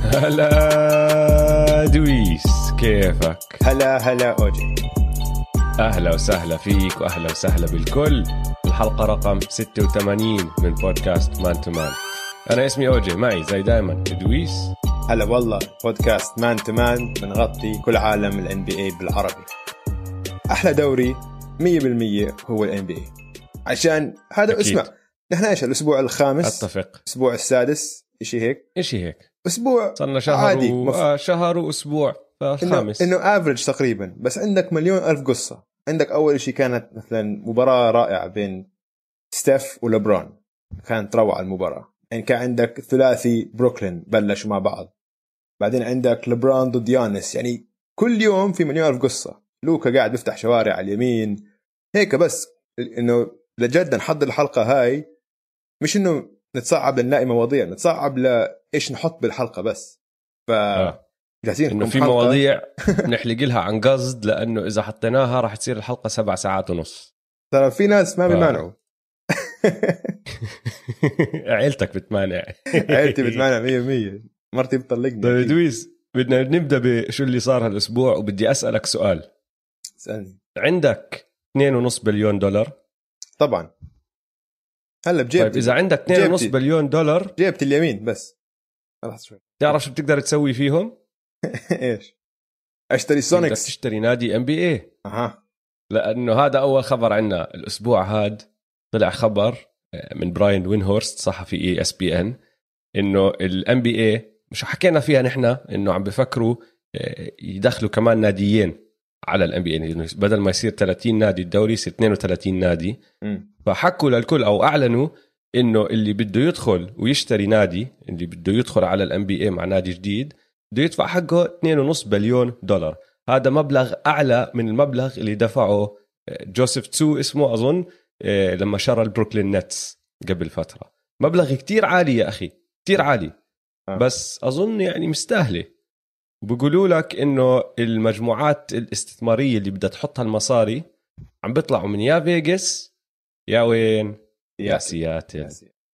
هلا دويس، كيفك؟ هلا أوجي. أهلا وسهلا فيك وأهلا وسهلا بالكل. الحلقة رقم 86 من بودكاست مان تو مان. أنا اسمي أوجي، معي زي دايما دويس. هلا والله، بودكاست مان تو مان بنغطي كل عالم ال NBA بالعربي. أحلى دوري 100% هو ال NBA، عشان هذا أكيد. اسمع، نحن إيش الأسبوع الخامس؟ أتفق. الأسبوع السادس، إشي هيك أسبوع صرنا شهر عادي شهر وأسبوع خامس، إنه افريج تقريبا. بس عندك مليون ألف قصة. عندك أول شيء كانت مثلا مباراة رائعة بين ستيف ولبران، كانت روعة المباراة. يعني كان عندك ثلاثي بروكلين بلشوا مع بعض، بعدين عندك لبران ضد يانس. يعني كل يوم في مليون ألف قصة. لوكا قاعد بيفتح شوارع على اليمين هيك. بس إنه لجد نحضر الحلقة هاي، مش إنه نتصعب لنلاقي مواضيع، نتصعب لإيش نحط بالحلقة بس. جاهزين إنه في مواضيع نحلق لها عن قصد، لأنه إذا حطيناها راح تصير الحلقة 7 ساعات ونص. ترى في ناس ما بيمانعوا. عيلتك بتمانع. عيلتي بتمانع 100%. مرتي بتطلقني. طيب دويس، بدنا نبدأ بشو اللي صار هالأسبوع، وبدي أسألك سؤال. اسألني. عندك 2.5 بليون دولار طبعا هلا بجيبتي. طيب إذا عندك 2.5 بليون دولار جيبت اليمين بس، خلاص شوي. تعرف شو بتقدر تسوي فيهم؟ ايش؟ اشتري سونيكس. تشتري نادي NBA. اها، لأنه هذا أول خبر عنا الأسبوع هاد. طلع خبر من براين وينهورست صحفي ESPN إنه ال NBA، مش حكينا فيها نحن، إنه عم بفكروا يدخلوا كمان ناديين على ال NBA. بدل ما يصير 30 نادي الدوري يصير 32 نادي. فحكوا للكل أو أعلنوا إنه اللي بده يدخل ويشتري نادي، اللي بده يدخل على ال NBA مع نادي جديد، بده يدفع حقه 2.5 بليون دولار. هذا مبلغ أعلى من المبلغ اللي دفعه جوزيف تسو اسمه أظن لما شرى البروكلين نتس قبل فترة. مبلغ كتير عالي يا أخي، كتير عالي. بس أظن يعني مستاهلة. بيقولوا لك إنه المجموعات الاستثمارية اللي بدها تحطها المصاري عم بيطلعوا من يا فيغاس يا وين يا سياتل.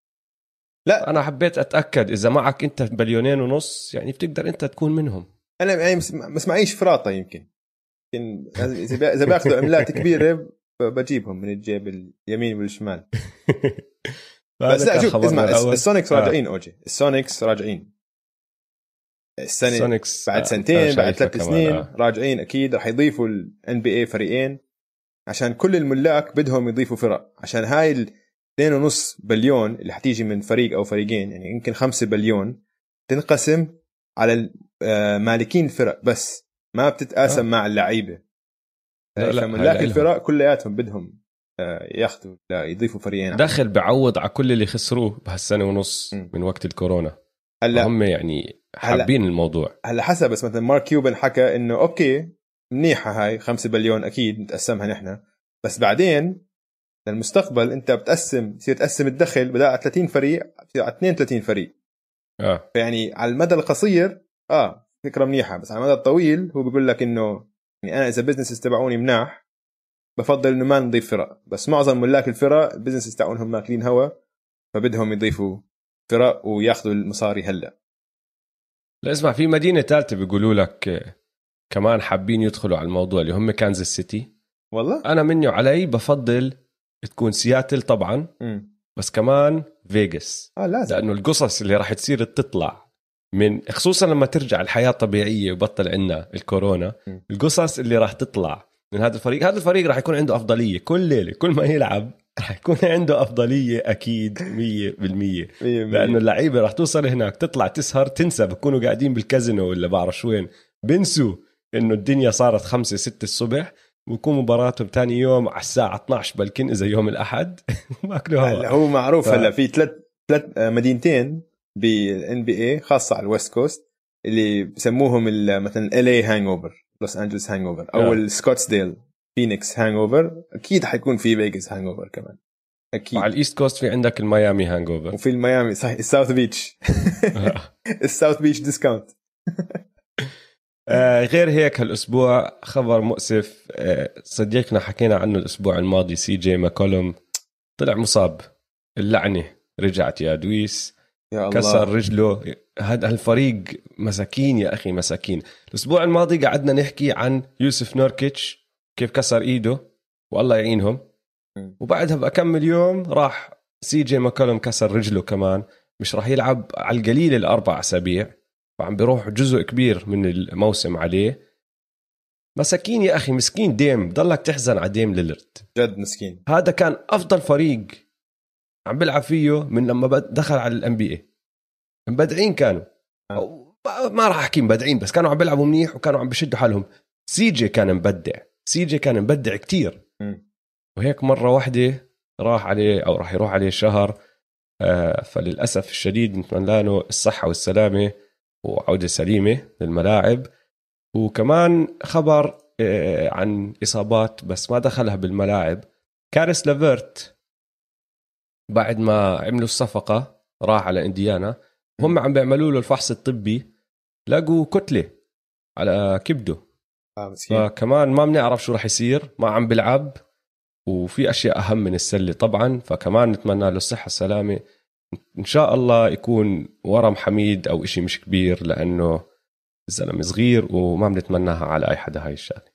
لا أنا حبيت أتأكد إذا معك أنت 2.5 بليون يعني بتقدر أنت تكون منهم. أنا يعني مش معيش فراطة. يمكن إذا بياخذوا عملات كبيرة بجيبهم من الجيب اليمين والشمال. بس لا، شوف اسمع، السونيكس راجعين أوجي. السونيكس راجعين السنة، السونيكس بعد سنتين بعد 3 سنين راجعين. أكيد رح يضيفوا ال NBA فريقين، عشان كل الملاك بدهم يضيفوا فرق. عشان هاي 2.5 بليون اللي حتيجي من فريق أو فريقين، يعني يمكن 5 بليون تنقسم على مالكين الفرق بس، ما بتتقاسم مع اللعيبة. فملاك الفرق كلياتهم بدهم ياخذوا يضيفوا فريقين. دخل بعوض على كل اللي خسروه بهالسنة ونص من وقت الكورونا. هم يعني حابين الموضوع. هلا حسب، بس مثلا مارك كيوبن حكى إنه أوكي منيحة هاي 5 بليون أكيد نتقسمها نحن، بس بعدين للمستقبل أنت تصير تقسم الدخل بدأ على 30 فريق تصير على 32 فريق. فيعني على المدى القصير فكرة منيحة، بس على المدى الطويل هو بيقول لك إنه يعني أنا إذا بزنس تبعوني مناح بفضل إنه ما نضيف فرق. بس معظم ملاك الفرق البزنس تاعونهم ماكلين هوا، فبدهم يضيفوا فرق وياخذوا المصاري. هلا لا اسمع، في مدينة ثالثة بيقولوا لك كمان حابين يدخلوا على الموضوع، اللي هم كانزاس سيتي. والله أنا مني علي بفضل تكون سياتل طبعا. بس كمان فيغاس لازم، لأنه القصص اللي راح تصير تطلع من، خصوصا لما ترجع الحياة طبيعية وبطل عنا الكورونا. القصص اللي راح تطلع من هذا الفريق راح يكون عنده أفضلية كل ليلة، كل ما يلعب راح يكون عنده أفضلية أكيد 100%. لأنه اللعيبة راح توصل هناك تطلع تسهر تنسى، بكونوا قاعدين بالكازينو ولا بعرف وين، بنسوا إنه الدنيا صارت 5-6 الصبح، ويكون مباراتهم تاني يوم على الساعة 12 بلكن إذا يوم الأحد وماكلوا هوا. هو معروف هلا في ثلاث مدينتين بالNBA خاصة على الويست كوست اللي بسموهم مثلا LA هانغوفر، لوس أنجلوس هانغوفر، أو السكوتسديل فينيكس هانغوفر. أكيد حيكون في فيغاس هانغوفر كمان أكيد. على الإيست كوست في عندك الميامي هانغوفر، وفي الميامي صح الساوث بيتش. الساوث بيتش ديسكاونت. غير هيك هالأسبوع خبر مؤسف. صديقنا حكينا عنه الأسبوع الماضي، CJ ماكولوم طلع مصاب. اللعنة رجعت يا دويس. يا الله. كسر رجله. هذا الفريق مساكين يا أخي مساكين. الأسبوع الماضي قعدنا نحكي عن يوسف نوركيتش كيف كسر إيده والله يعينهم، وبعدها بأكمل يوم راح سي جي ماكولوم كسر رجله كمان، مش راح يلعب على القليل ال4 أسابيع، فعم بيروح جزء كبير من الموسم عليه. مساكين يا أخي مسكين ديم، ضلك تحزن على ديم ليلرد جد مسكين. هذا كان أفضل فريق عم بلعب فيه من لما دخل على الان بي اي. مبدعين كانوا، ما راح احكي مبدعين، بس كانوا عم بيلعبوا منيح وكانوا عم بيشدوا حالهم. سي جي كان مبدع، سي جي كان مبدع كتير. وهيك مرة واحدة راح عليه أو راح يروح عليه شهر. فللأسف الشديد نتمنى له الصحة والسلامة وعودة سليمة للملاعب. وكمان خبر عن إصابات بس ما دخلها بالملاعب. كاريس لافيرت بعد ما عملوا الصفقة راح على إنديانا، هم عم بيعملوا له الفحص الطبي لقوا كتلة على كبده. فكمان ما بنعرف شو راح يصير، ما عم بلعب، وفي أشياء أهم من السلة طبعا. فكمان نتمنى له الصحة السلامة، إن شاء الله يكون ورم حميد أو إشي مش كبير، لأنه الزلمة صغير وما بنتمناها على أي حدا هاي الشغلة.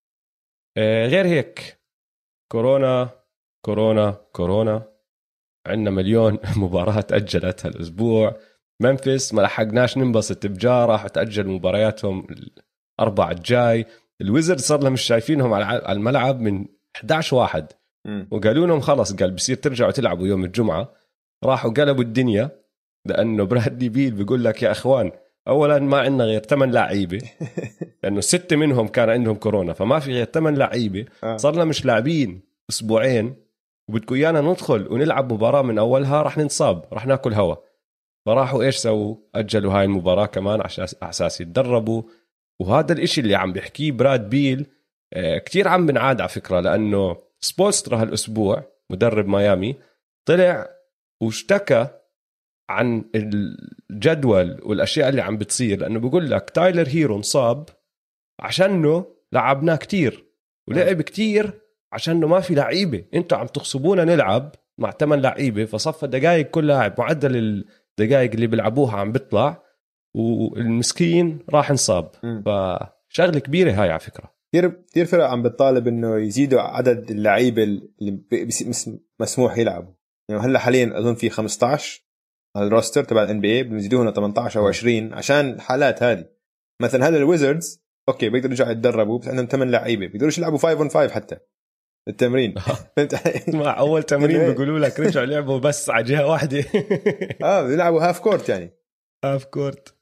غير هيك كورونا كورونا كورونا، عندنا مليون مباراة تأجلت هالأسبوع. منفس ما لحقناش ننبسط بجا، راح تأجل مبارياتهم الأربع الجاي. الويزرد صار لهم مش شايفينهم على الملعب من 11/1 وقالوا لهم خلص، قال بصير ترجعوا تلعبوا يوم الجمعة. راحوا قلبوا الدنيا، لأنه برادلي بيل بيقول لك يا أخوان أولا ما عندنا غير 8 لاعيبة لأنه 6 منهم كان عندهم كورونا، فما في غير 8 لاعيبة. صارنا مش لاعبين أسبوعين وبدكوا إيانا ندخل ونلعب مباراة من أولها، رح ننصاب، رح ناكل هوا. فراحوا إيش سووا؟ أجلوا هاي المباراة كمان على أساس يتدربوا. وهذا الإشي اللي عم بيحكيه براد بيل كتير عم بنعاد على فكرة، لأنه سبولسترا هالأسبوع مدرب ميامي طلع واشتكى عن الجدول والأشياء اللي عم بتصير، لأنه بيقول لك تايلر هيرو انصاب عشانه لعبناه كتير ولعب كتير، عشانه ما في لعيبة. انتوا عم تغصبونا نلعب مع 8 لعيبة، فصفى دقائق كل لاعب معدل الدقائق اللي بيلعبوها عم بيطلع، والمسكين راح انصاب. فشغلة كبيرة هاي على فكرة. كتير فرق عم بتطالب انه يزيدوا عدد اللعيبة اللي مسموح يلعبوا. يعني هلا حاليا اظن في 15 على الروستر تبع الان بي اي، بنزيدوهم 18 او 20 عشان الحالات هذه. مثلا هلا الويزردز اوكي بيقدروا يرجعوا يتدربوا، بس عندهم 8 لعيبه بيقدروش يلعبوا 5-on-5 حتى التمرين. فهمت علي؟ مع اول تمرين بيقولوا لك رجعوا لعبوا بس على جهه واحده. بيلعبوا هاف كورت، يعني هاف كورت.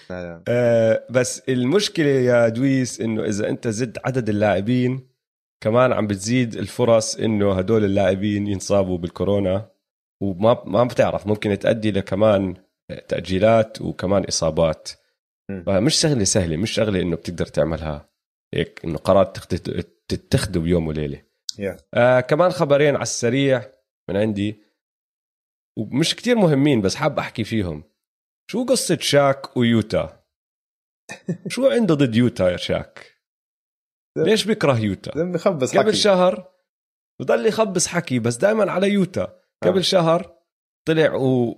بس المشكله يا دويس انه اذا انت زد عدد اللاعبين كمان عم بتزيد الفرص انه هدول اللاعبين ينصابوا بالكورونا، وما بتعرف ممكن تؤدي لكمان تأجيلات وكمان إصابات. فمش سهلة، مش شغلة إنه بتقدر تعملها هيك إنه قرار تتخذه بيوم وليلة. كمان خبرين على السريع من عندي ومش كتير مهمين، بس حاب أحكي فيهم. شو قصة شاك ويوتا؟ شو عنده ضد يوتا يا شاك؟ ليش بيكره يوتا؟ قبل شهر بضل يخبص حكي بس دائما على يوتا. قبل شهر طلع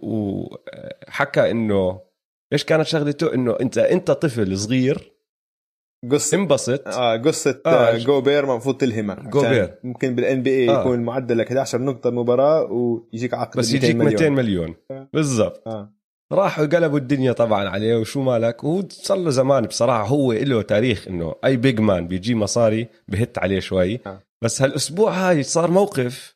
وحكى انه ايش كانت شغلته، انه انت طفل صغير قصة انبسط. قصة جوبير المفروض تلهمك. جوبير ممكن بالان بي اي يكون معدلك 11 نقطة مباراة ويجيك عقد بس يجيك 200 مليون بالضبط. راحوا قلبوا الدنيا طبعا عليه وشو مالك. وهو صار له زمان بصراحة، هو له تاريخ انه اي بيج مان بيجي مصاري بهت عليه شوي. بس هالاسبوع هاي صار موقف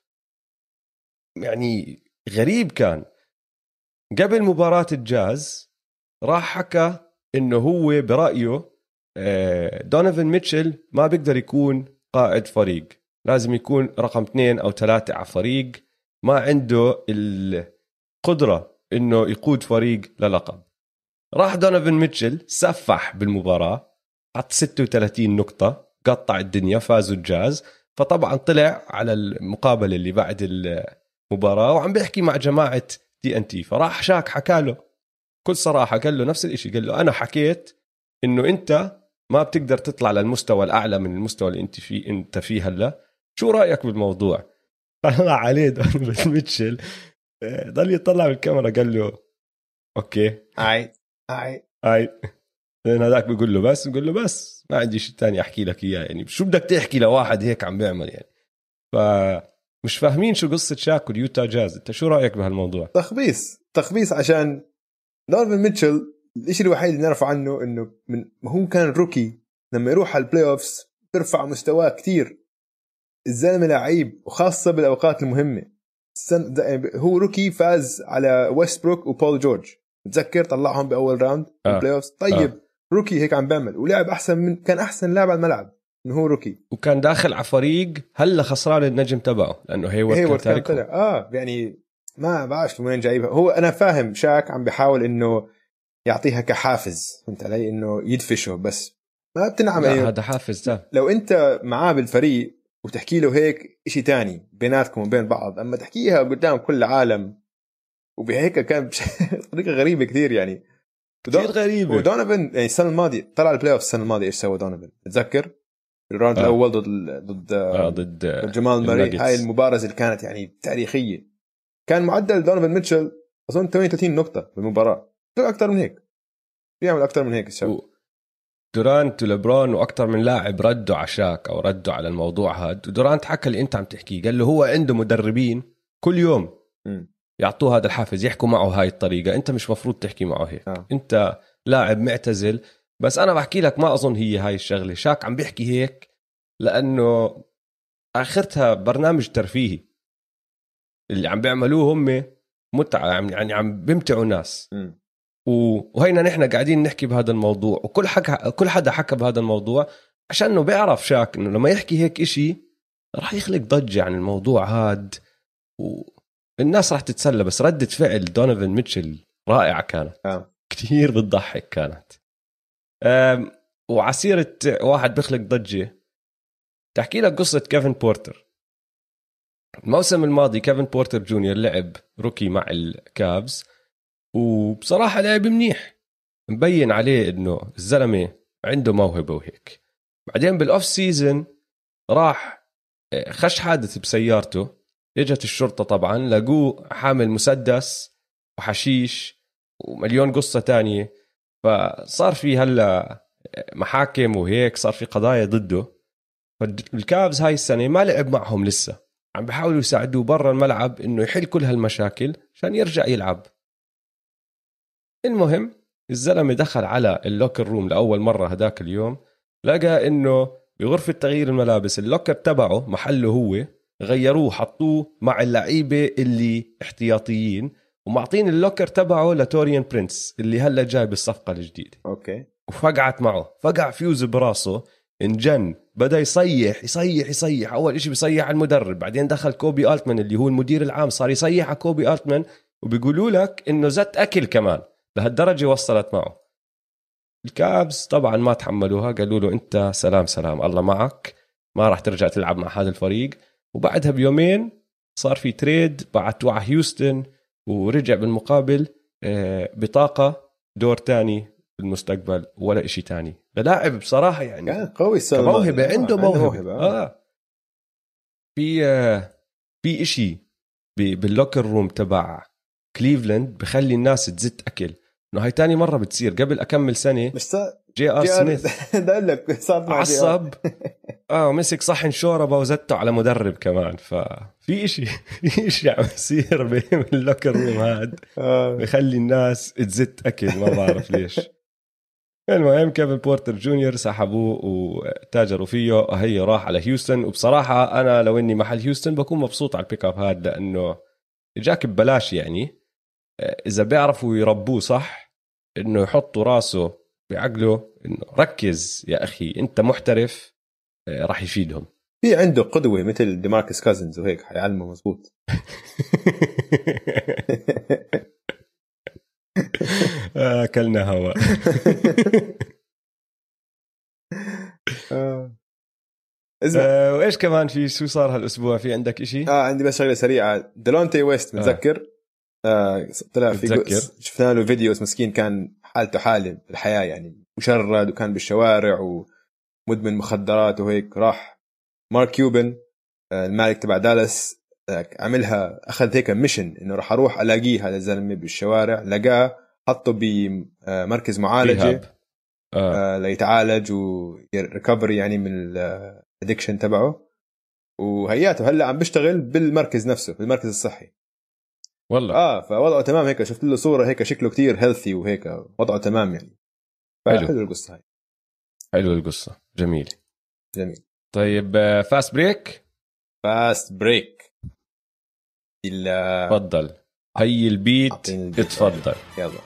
يعني غريب. كان قبل مباراة الجاز راح حكى انه هو برأيه دونيفن ميتشل ما بيقدر يكون قائد فريق، لازم يكون رقم 2 أو 3 على فريق، ما عنده القدرة انه يقود فريق للقب. راح دونيفن ميتشل سفح بالمباراة، حط 36 نقطة، قطع الدنيا، فازوا الجاز. فطبعا طلع على المقابلة اللي بعد المباراة وعم بيحكي مع جماعة TNT. فراح شاك حكى له كل صراحة، قال له نفس الاشي، قال له أنا حكيت إنه أنت ما بتقدر تطلع للمستوى الأعلى من المستوى اللي أنت فيه هلا، شو رأيك بالموضوع؟ طلع عليه دونيفن ميتشل ضل يطلع بالكاميرا قال له اوكي اي لان هذاك بيقول له بس ما عندي شيء تاني احكي لك اياه، يعني شو بدك تحكي لواحد هيك عم بيعمل يعني. فمش فاهمين شو قصة شاك واليوتا جاز. انت شو رأيك بهالموضوع؟ تخبيص عشان دونوفن ميتشل الشيء الوحيد اللي نعرف عنه انه ما هو كان روكي، لما يروح على البلاي اوفز ترفع مستواه كتير. الزلمه لعيب، وخاصه بالاوقات المهمه. هو روكي فاز على ويستبروك وبول جورج، تذكر طلعهم باول راوند البلاي اوفز. طيب روكي هيك عم بيعمل ولعب احسن كان احسن لاعب على الملعب انه هو روكي، وكان داخل على فريق هلا خسران النجم تبعه لانه هيورد كان طلع. يعني ما بعرف وين جايبها. هو انا فاهم شاك عم بيحاول انه يعطيها كحافز، فهمت علي، انه يدفشه، بس ما بتنعم. هذا حافز ده. لو انت معاه بالفريق وتحكي له هيك إشي تاني بيناتكم وبين بعض، اما تحكيها قدام كل العالم وبهيك كان طريقه غريبه كثير يعني، كثير غريبه. ودونوفن يعني السنه الماضيه طلع البلاي اوف السنه الماضيه، ايش سوى دونوفن تتذكر؟ الراوند الاول ضد جمال ماري. هاي المبارزه اللي كانت يعني تاريخيه. كان معدل دونوفن ميتشل اظن 38 نقطه بالمباراه، اكثر من هيك، بيعمل اكثر من هيك الشباب. دورانت وليبرون واكثر من لاعب ردوا على شاك او ردوا على الموضوع هذا. ودورانت حكى اللي انت عم تحكيه، قال له هو عنده مدربين كل يوم يعطوه هذا الحافز، يحكوا معه هاي الطريقه، انت مش مفروض تحكي معه هيك. انت لاعب معتزل. بس انا بحكي لك ما اظن هي هاي الشغله. شاك عم بيحكي هيك لانه اخرتها برنامج ترفيهي، اللي عم بيعملوه هم متعه، يعني عم بيمتعوا ناس. وهينا نحن قاعدين نحكي بهذا الموضوع، كل حدا حكى بهذا الموضوع عشان انه بيعرف شاك انه لما يحكي هيك اشي راح يخلق ضجة عن الموضوع هاد والناس راح تتسلى. بس ردة فعل دونوفن ميتشل رائعة كانت. كتير بتضحك كانت. وعسيرة واحد بيخلق ضجة، تحكي لك قصة كيفن بورتر. الموسم الماضي كيفن بورتر جونيور لعب روكي مع الكابز، وبصراحة لعب منيح، مبين عليه انه الزلمة عنده موهبة وهيك. بعدين بالاوف سيزن راح خش حادث بسيارته، اجت الشرطة طبعا لقوه حامل مسدس وحشيش ومليون قصة تانية. فصار في هلا محاكم وهيك، صار في قضايا ضده. فالكابز هاي السنة ما لعب معهم لسه، عم بحاولوا يساعدوه برا الملعب انه يحل كل هالمشاكل عشان يرجع يلعب. المهم الزلمة دخل على اللوكر روم لأول مرة هداك اليوم، لقى إنه بغرفة تغيير الملابس اللوكر تبعه محله هو غيروه، حطوه مع اللعيبة اللي احتياطيين، ومعطين اللوكر تبعه لتوريان برينس اللي هلا جاي بالصفقة الجديدة. أوكي. وفقعت معه، فقع فيوز براسه، انجن، بدأ يصيح. أول إشي بيصيح على المدرب، بعدين دخل كوبي آلتمان اللي هو المدير العام، صار يصيح على كوبي آلتمان، وبيقولوا لك إنه زت أكل كمان. لهالدرجة وصلت معه. الكابز طبعا ما تحملوها، قالوا له انت سلام الله معك، ما راح ترجع تلعب مع هذا الفريق. وبعدها بيومين صار في تريد، بعتوه على هيوستن، ورجع بالمقابل بطاقة دور تاني بالمستقبل ولا اشي تاني. لاعب بصراحة يعني كان قوي، موهبة، عنده موهبة. في اشي باللوكر روم تبع كليفلاند بخلي الناس تزت أكل. إنه هاي تاني مرة بتصير. قبل أكمل سنة جي آر سميث عصب مسك صحن شوربة وزته على مدرب كمان. ففي إشي عم يصير باللوكر روم هاد بخلي الناس تزت أكل، ما بعرف ليش. المهم كيفن بورتر جونيور سحبوه وتاجروا فيه، هي راح على هيوستن. وبصراحة أنا لو إني محل هيوستن بكون مبسوط على البيك اب هاد، لأنه جاك ببلاش. يعني إذا بيعرفوا يربوه صح، إنه يحطوا راسه بعقله إنه ركز يا أخي أنت محترف، راح يفيدهم. في عنده قدوة مثل ديماركس كازنز وهيك حيعلمه مزبوط. أكلنا هوا. وإيش كمان في شو صار هالأسبوع؟ في عندك إشي؟ عندي بس شغلة سريعة. ديلونتي ويست متذكر؟ طلع في شفنا له فيديوز، مسكين كان حالته حالة الحياة يعني، مشرد وكان بالشوارع ومدمن مخدرات وهيك. راح مارك كيوبن المالك تبع دالاس عملها، أخذ هيك ميشن إنه راح أروح ألاقيه هذا الزلمة بالشوارع. لقاه حطه بمركز معالجة ليتعالج وريكفري يعني من الادكشن تبعه، وهياته هلا عم بيشتغل بالمركز نفسه، بالمركز الصحي والله. فوضعه تمام هيك، شفت له صورة هيك شكله كتير هيلثي وهيك وضعه تمام يعني. حلو القصة هاي، حلو القصة، جميل. طيب فاست بريك تفضل، هي البيت اتفضل. يلا.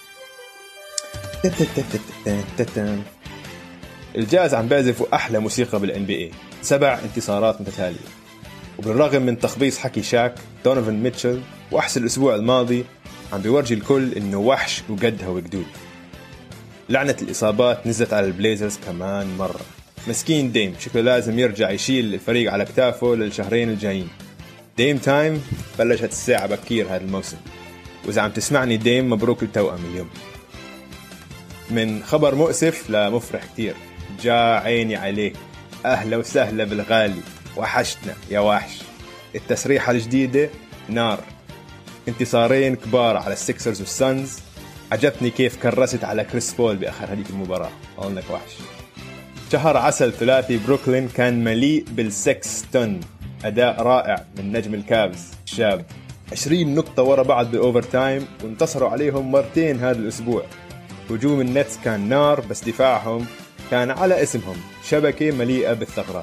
الجاز عم بيعزفوا أحلى موسيقى بالNBA، 7 انتصارات متتالية، وبالرغم من تخبيص حكي شاك دونوفن ميتشل وأحسن الأسبوع الماضي عم بيورجي الكل إنه وحش وقدها وقدود. لعنة الإصابات نزلت على البليزرز كمان مرة، مسكين ديم شكله لازم يرجع يشيل الفريق على كتافه للشهرين الجايين. ديم تايم بلشت الساعة بكير هذا الموسم، وإذا عم تسمعني ديم مبروك التوأم اليوم. من خبر مؤسف لمفرح كتير، جا عيني عليك، أهلا وسهلا بالغالي، وحشتنا يا وحش. التسريحة الجديدة نار، انتصارين كبار على السيكسرز والسانز، عجبتني كيف كرست على كريس بول بآخر هذيك المباراة، قولنك وحش. شهر عسل ثلاثي بروكلين كان مليء بالسكستون، أداء رائع من نجم الكابز الشاب، 20 نقطة ورا بعض بأوفر تايم، وانتصروا عليهم مرتين هذا الأسبوع. هجوم النتس كان نار، بس دفاعهم كان على اسمهم، شبكة مليئة بالثغرات.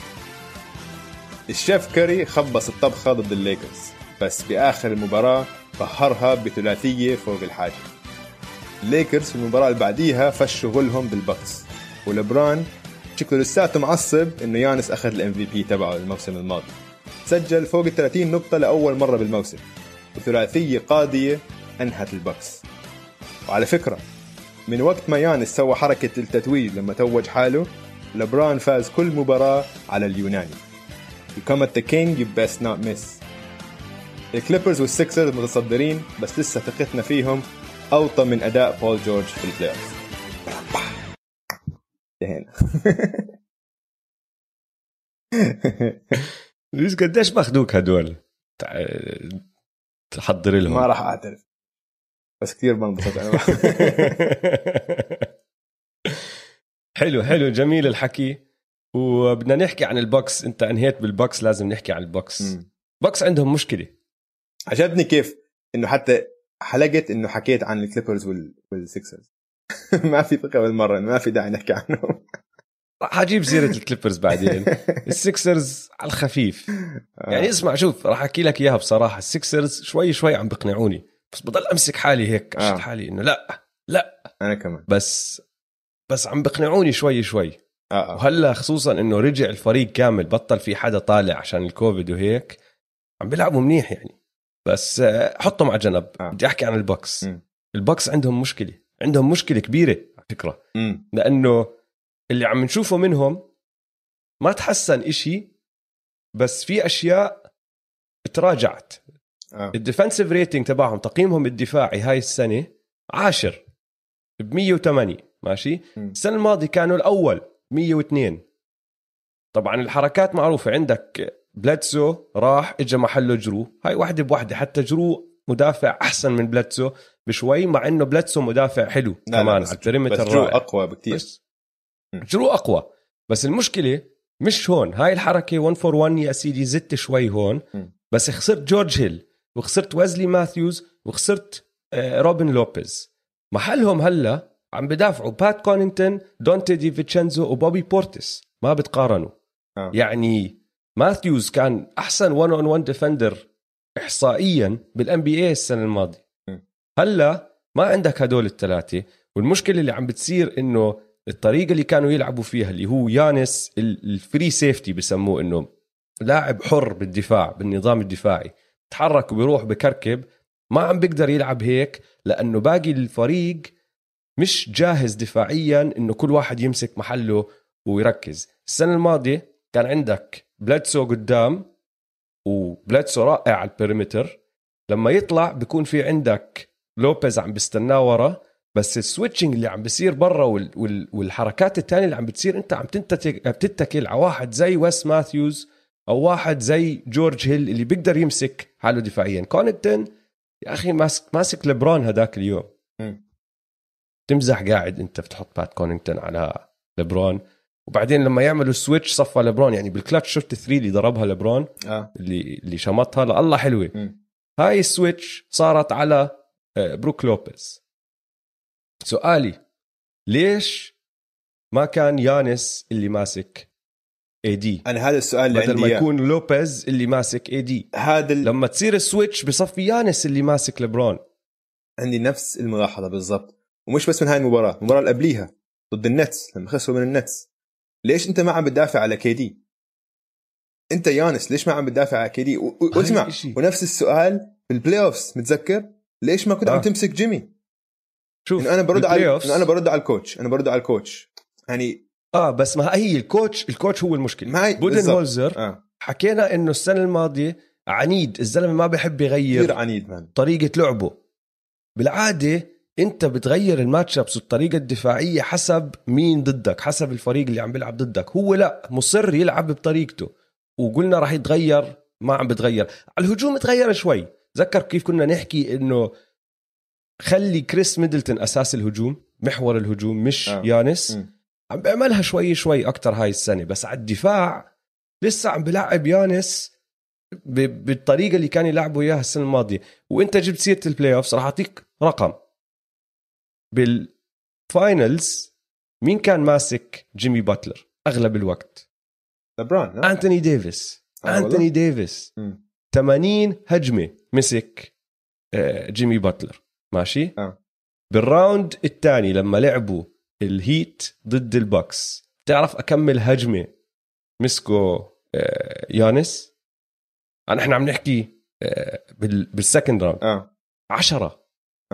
الشيف كاري خبص الطبخة ضد الليكرز، بس بآخر المباراة قهرها بثلاثية فوق الحاجة. الليكرز في المباراة اللي بعديها فشوا غلهم بالبكس، ولبران شكله لساته معصب انه يانس اخذ الMVP تبعه الموسم الماضي، سجل فوق 30 نقطة لأول مرة بالموسم، وثلاثية قاضية انهت البكس. وعلى فكرة من وقت ما يانس سوى حركة التتويج لما توج حاله، لبران فاز كل مباراة على اليوناني. You come at the king you best not miss. الكليبرز والسيكسرز متصدرين، بس لسه ثقتنا فيهم أوطى من أداء بول جورج في البلاي أوف. هنا ليش قديش ماخدوك هدول تحضر لهم؟ ما راح أعترف، بس كتير بنبسط أنا. حلو جميل الحكي. وبدنا نحكي عن البوكس، انت انهيت بالبوكس، لازم نحكي عن البوكس. بوكس عندهم مشكلة. عجبني كيف انه حتى حلقت انه حكيت عن الكليبرز والسيكسرز. ما في ثقة بالمرة، ما في داعي نحكي عنهم. راح اجيب سيرة الكليبرز بعدين. السيكسرز على الخفيف يعني. اسمع شوف، راح احكي لك اياها بصراحة، السيكسرز شوي عم بقنعوني، بس بضل امسك حالي هيك اشد حالي انه لا انا كمان، بس عم بقنعوني شوي. وهلا خصوصا انه رجع الفريق كامل، بطل في حدا طالع عشان الكوفيد وهيك، عم بيلعبوا منيح يعني. بس حطهم على جنب. بدي احكي عن البوكس. البوكس عندهم مشكلة كبيرة على فكرة. لانه اللي عم نشوفه منهم ما تحسن إشي، بس في اشياء تراجعت. الديفنسيف ريتنج تبعهم، تقييمهم الدفاعي هاي السنة 10 ب108، ماشي. السنة الماضية كانوا الأول 102. طبعا الحركات معروفة، عندك بلاتسو راح اجى محله جرو، هاي واحدة بواحدة، حتى جرو مدافع أحسن من بلاتسو بشوي، مع إنه بلاتسو مدافع حلو كمان على البريمتر، جرو أقوى بكتير. جرو أقوى، بس المشكلة مش هون. هاي الحركة 1-for-1 يا سيدي، زدت شوي هون. بس خسرت جورج هيل، وخسرت ويزلي ماثيوز، وخسرت روبن لوبيز. محلهم هلا عم بدافعوا بات كونينغتون، دونتي دي فيتشنزو، وبوبي بورتس، ما بتقارنوا. يعني ماثيوز كان أحسن 1-on-1 ديفندر إحصائيا بالNBA السنة الماضية. هلا ما عندك هدول الثلاثة. والمشكلة اللي عم بتصير إنه الطريقة اللي كانوا يلعبوا فيها، اللي هو يانس الفري سيفتي بسموه، إنه لاعب حر بالدفاع بالنظام الدفاعي، تحرك وبيروح بكركب، ما عم بيقدر يلعب هيك، لأنه باقي الفريق مش جاهز دفاعيا إنه كل واحد يمسك محله ويركز. السنة الماضية كان عندك بلاتسو قدام، وبلاتسو رائع على البريمتر، لما يطلع بيكون في عندك لوبيز عم بيستناه ورا، بس السويتشنج اللي عم بيصير برا والحركات التانية اللي عم بتصير، انت عم بتتكل على واحد زي ويس ماثيوز او واحد زي جورج هيل اللي بيقدر يمسك حاله دفاعيا. كونينغتون يا اخي ماسك لبران هداك اليوم، تمزح قاعد انت بتحط بات كونينغتون على ليبرون، وبعدين لما يعملوا السويتش صفى ليبرون. يعني بالكلاتش شفت 3 اللي ضربها ليبرون اللي شمطها لله حلوه. هاي السويتش صارت على بروك لوبيز. سؤالي ليش ما كان يانس اللي ماسك اي دي؟ انا هذا السؤال اللي بدل عندي ما يكون لوبيز اللي ماسك اي دي. لما تصير السويتش بصفي يانس اللي ماسك ليبرون. عندي نفس الملاحظه بالضبط، ومش بس من هاي المباراه اللي قبليها ضد النتس لما خسروا من النتس. ليش انت ما عم بتدافع على كي دي؟ انت يانس ليش ما عم بتدافع على كي دي؟ واسمع، ونفس السؤال بالبلاي اوفز، متذكر ليش ما كنت عم تمسك جيمي؟ شوف انا برد على الكوتش يعني بس ما هي الكوتش هو المشكله. بودن هولزر حكينا انه السنه الماضيه عنيد، الزلمه ما بيحب يغير عنيد طريقه لعبه. بالعاده انت بتغير الماتش ابس والطريقه الدفاعيه حسب مين ضدك، حسب الفريق اللي عم بيلعب ضدك. هو لا، مصر يلعب بطريقته، وقلنا راح يتغير، ما عم بتغير. على الهجوم تغير شوي. ذكر كيف كنا نحكي انه خلي كريس ميدلتون اساس الهجوم، محور الهجوم، مش يانس. عم بيعملها شوي اكتر هاي السنه. بس على الدفاع لسه عم بلعب يانس بالطريقه اللي كان يلعبوا اياها السنه الماضيه. وانت جبت سيره البلاي اوفز، راح اعطيك رقم. بالفاينلز مين كان ماسك جيمي باتلر اغلب الوقت؟ لبران. أنتوني ديفيس 80 هجمه مسك جيمي باتلر. ماشي. بالراوند الثاني لما لعبوا الهيت ضد البوكس، تعرف أكمل هجمة مسكو يانس؟ احنا عم نحكي بالسكند راوند 10.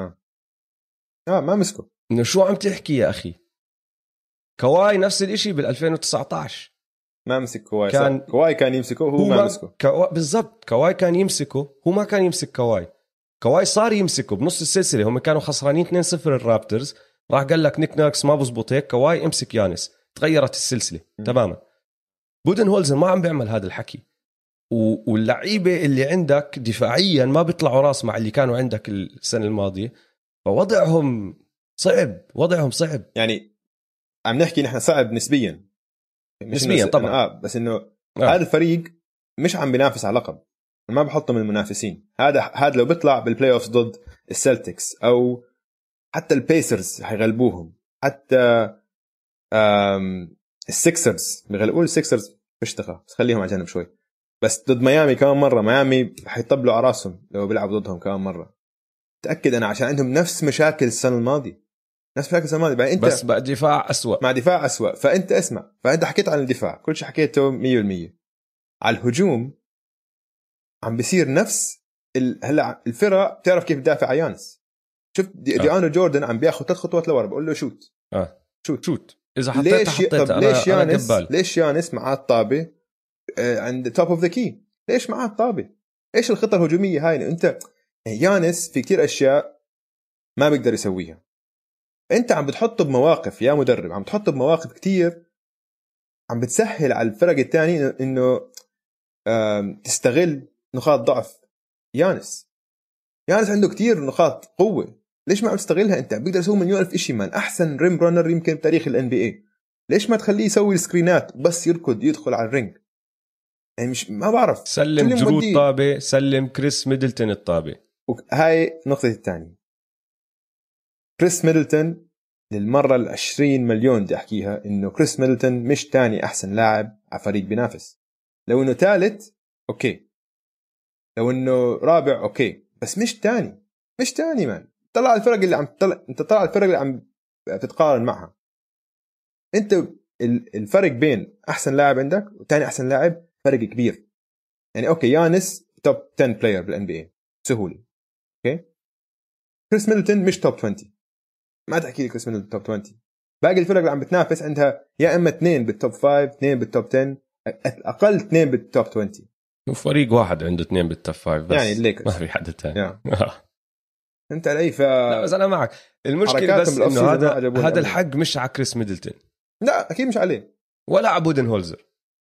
ما مسكوا. انه شو عم تحكي يا اخي؟ كواي نفس الاشي بال2019 ما مسك كواي. كواي كان يمسكه، هو ما مسكه. بالضبط، كواي كان يمسكه، هو ما كان يمسك كواي صار يمسكه بنص السلسله. هم كانوا خسرانين 2-0 الرابترز، راح قال لك نيك نيركس ما بزبط هيك، كواي امسك يانس، تغيرت السلسله تماما. بودن هولزر ما عم بيعمل هذا الحكي. واللعيبه اللي عندك دفاعيا ما بيطلعوا راس مع اللي كانوا عندك السنه الماضيه، فوضعهم صعب. يعني عم نحكي نحن صعب نسبيا طبعا. بس انه هذا الفريق مش عم بينافس على لقب، ما بحطه من المنافسين. هذا لو بيطلع بالبلاي اوف ضد السلتكس او حتى البيسرز حيغلبوهم، حتى السيكسرز بيغلبوا السيكسرز بيشتغل، بس خليهم على جنب شوي. بس ضد ميامي كمان مره، ميامي حيطبلوا على راسهم لو بيلعبوا ضدهم كمان مره. تاكد انا عشان عندهم نفس مشاكل السنه الماضيه، بعد انت بس بقى دفاع أسوأ مع دفاع أسوأ. فانت اسمع، فانت حكيت عن الدفاع، كل شيء حكيته 100%. على الهجوم عم بيصير نفس هلا الفرق بتعرف كيف تدافع على يانس. شفت ديانو جوردن عم بياخذ 3 خطوات لورا، بقول له شوت شوت. اذا حطيتها ليش يانس معاه الطابه عند توب اوف ذا كي؟ ليش معاه الطابه؟ ايش الخطه الهجوميه هاي؟ انت يانس في كتير اشياء ما بيقدر يسويها. انت عم بتحطه بمواقف يا مدرب، عم تحطه بمواقف كتير عم بتسهل على الفرق الثاني انه تستغل نقاط ضعف يانس عنده كتير نقاط قوه، ليش ما عم تستغلها؟ انت بيقدر يسوي مليون الف شيء، مان احسن ريم رانر يمكن بتاريخ الان بي اي. ليش ما تخليه يسوي السكرينات بس يركض يدخل على الرينج؟ يعني مش ما بعرف. سلم جرود طابه، سلم كريس ميدلتون الطابه. هاي النقطه الثانيه. كريس ميدلتون للمرة 20 مليون بدي أحكيها، إنه كريس ميدلتون مش تاني أحسن لاعب على فريق بينافس. لو إنه ثالث أوكي، لو إنه رابع أوكي، بس مش تاني مان. طلع الفرق اللي عم أنت طلع الفرق اللي عم تتقارن معها. أنت الفرق بين أحسن لاعب عندك وتاني أحسن لاعب فرق كبير. يعني أوكي يانس توب 10 بلاير بالان بي اي سهولة، أوكي. كريس ميدلتون مش توب 20، ما تحكي لي كريس ميدلتون توب 20. باقي الفرق اللي عم بتنافس عندها يا اما 2 بالتوب 5، 2 بالتوب 10، اقل 2 بالتوب 20. وفريق واحد عنده 2 بالتوب 5 بس، يعني الليكرز ما في حد ثاني. انت علي لا بس انا معك. المشكله بس انه هذا الحق مش على كريس ميدلتون، لا اكيد مش عليه ولا على بودن هولزر.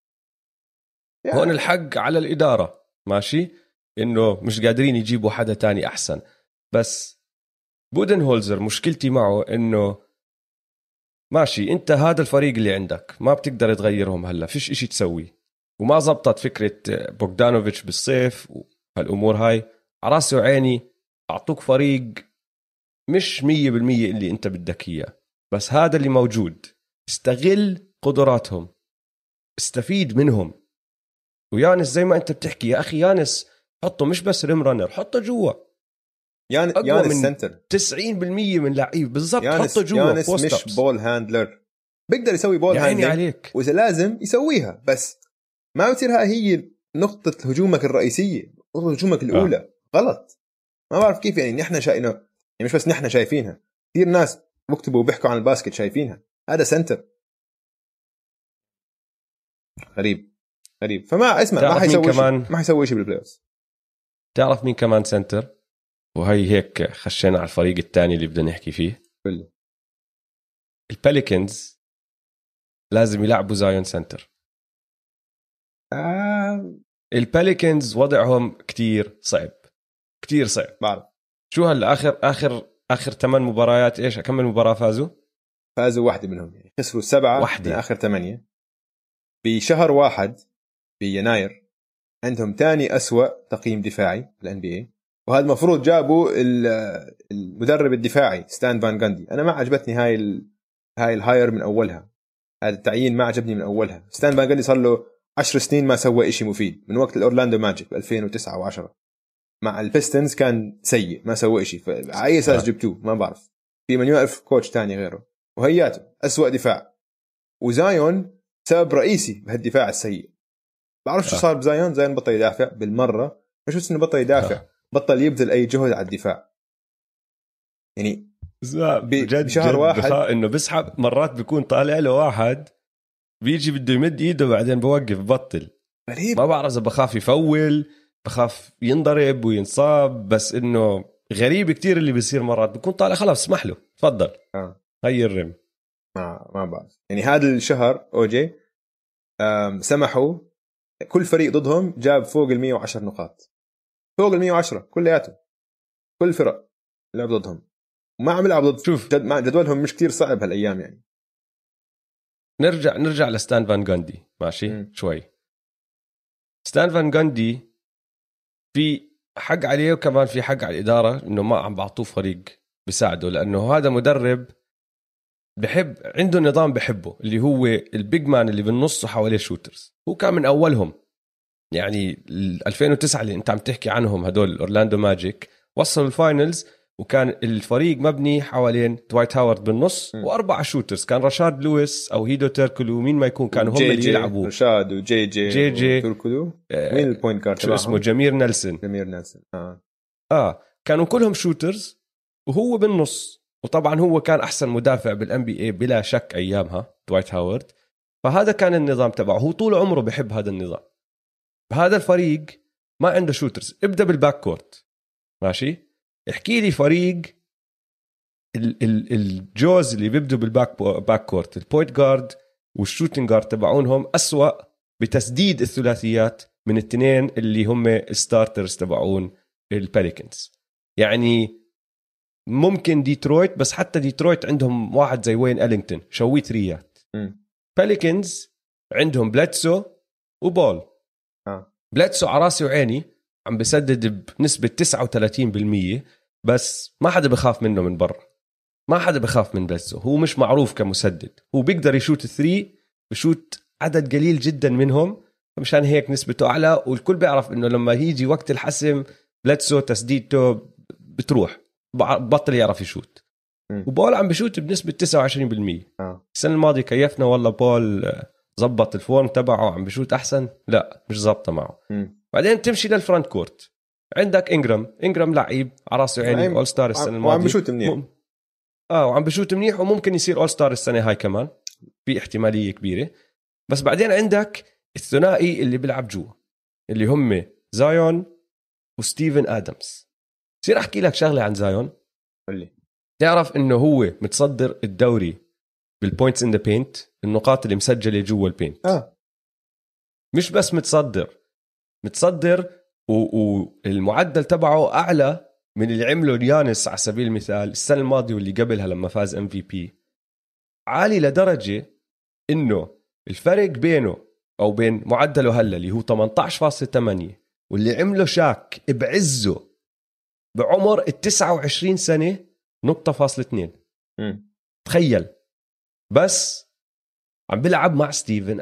يعني هون الحق على الاداره، ماشي، انه مش قادرين يجيبوا حدا تاني احسن. بس بودنهولزر مشكلتي معه انه ماشي انت هذا الفريق اللي عندك ما بتقدر تغيرهم هلا فيش اشي تسوي وما زبطت فكرة بوغدانوفيتش بالصيف وهالامور هاي عراسي وعيني اعطوك فريق مش 100% اللي انت بدك اياه بس هذا اللي موجود استغل قدراتهم استفيد منهم ويانس زي ما انت بتحكي يا اخي يانس حطه مش بس ريم رانر حطه جوا يانس سنتر 90% من لعيب بالضبط حطه جوا يانس مش بول هاندلر بيقدر يسوي بول هاندلر عليك واذا لازم يسويها بس ما بتصير هي نقطة هجومك الرئيسية نقطة هجومك الأولى غلط ما بعرف كيف يعني نحن شايفينه يعني مش بس نحن شايفينها كثير ناس بكتبوا وبيحكوا عن الباسكت شايفينها هذا سنتر غريب فما اسمع ما حيسوي شيء بالبلاي اوف. تعرف مين كمان سنتر وهي هيك خشينا على الفريق الثاني اللي بدنا نحكي فيه الباليكنز لازم يلعبوا زايون سنتر. الباليكنز وضعهم كتير صعب بعرف شو هلا اخر 8 مباريات ايش كم مباراة فازوا واحدة منهم يعني خسروا 7 من اخر 8 بشهر 1 بيناير عندهم تاني أسوأ تقييم دفاعي بالان بي اي وهذا المفروض جابوا المدرب الدفاعي ستان فان غاندي. انا ما عجبتني هاي الهاير من اولها هذا التعيين ما عجبني من اولها. ستان فان غاندي صار له 10 سنين ما سوى إشي مفيد من وقت الأورلاندو ماجيك 2009 و10 مع البيستنز كان سيء ما سوى إشي فعلى أي أساس جبتوه ما بعرف في من يعرف كوتش تاني غيره وهياته أسوأ دفاع وزايون سبب رئيسي بهالدفاع السيء. بعرف شو صار بزايون بطل يدافع بالمرة مش بس إنه بطل يدافع بطل يبذل أي جهد على الدفاع يعني بشهر 1 إنه بسحب مرات بيكون طالع له واحد بيجي بده يمد ايده بعدين بوقف ببطل غريب ما بعرف اذا بخاف يفول بخاف ينضرب وينصاب بس انه غريب كتير اللي بيصير مرات بيكون طالع خلاص اسمح له تفضل هي الرم ما بعرف يعني هذا الشهر اوجي سمحوا كل فريق ضدهم جاب فوق 110 نقاط فوق 110 كلياته كل فرق لعب ضدهم وما عم يلعب ضد شوف جدولهم مش كتير صعب هالايام يعني. نرجع لستان فان غاندي ماشي شوي. ستان فان غاندي في حق عليه وكمان في حق على الإدارة إنه ما عم بعطوه فريق بيساعده لأنه هذا مدرب بحب عنده نظام بحبه اللي هو البيج مان اللي بالنص وحواليه شوترز. هو كان من أولهم يعني 2009 اللي أنت عم تحكي عنهم هدول الأورلاندو ماجيك وصلوا الفاينلز وكان الفريق مبني حوالين دوايت هاورد بالنص و4 شوترز كان رشاد لويس او هيدو تيركلو ومين ما يكون كانوا هم اللي يلعبوا رشاد وجي تيركلو مين البوينت جارد شو اسمه جمير نيلسون كانوا كلهم شوترز وهو بالنص وطبعا هو كان احسن مدافع بالان بي اي بلا شك ايامها دوايت هاورد فهذا كان النظام تبعه هو طول عمره بحب هذا النظام. هذا الفريق ما عنده شوترز ابدا بالباك كورت ماشي احكي لي فريق الجوز اللي بيبدوا بالباك كورت البوينت جارد والشوتنج جارد تبعونهم أسوأ بتسديد الثلاثيات من الاثنين اللي هم الستارترز تبعون الباليكنز. يعني ممكن ديترويت بس حتى ديترويت عندهم واحد زي وين ألينغتون شوي ثريات. باليكنز عندهم بلاتسو وبول بلاتسو عراسي وعيني عم بسدد بنسبة 39% بس ما حدا بخاف منه من برا ما حدا بخاف من بلاتسو هو مش معروف كمسدد هو بيقدر يشوت 3 بشوت عدد قليل جدا منهم مشان هيك نسبته أعلى والكل بيعرف إنه لما يجي وقت الحسم بلاتسو تسديدته بتروح بطل يعرف يشوت وبول عم بشوت بنسبة 29%. السنة الماضية كيفنا والله بول زبط الفورم تبعه عم بشوت أحسن لا مش زبطة معه. بعدين تمشي للفرونت كورت عندك إنجرام لعيب عراسي وعيني أول ستار السنة الماضية وعم بشوت منيح وعم بشوت منيح وممكن يصير أول ستار السنة هاي كمان في احتمالية كبيرة. بس بعدين عندك الثنائي اللي بيلعب جوا اللي هم زايون وستيفن آدمز. صير أحكي لك شغلة عن زايون قولي. تعرف إنه هو متصدر الدوري بالبوينتس إن ذا بينت النقاط اللي مسجلة جوا البينت مش بس متصدر والمعدل تبعه أعلى من اللي عمله يانس على سبيل المثال السنة الماضية واللي قبلها لما فاز MVP عالي لدرجة إنه الفرق بينه أو بين معدله هلا اللي هو 18.8 واللي عمله شاك بعزه بعمر 29 سنة 1.2. تخيل بس عم بلعب مع ستيفن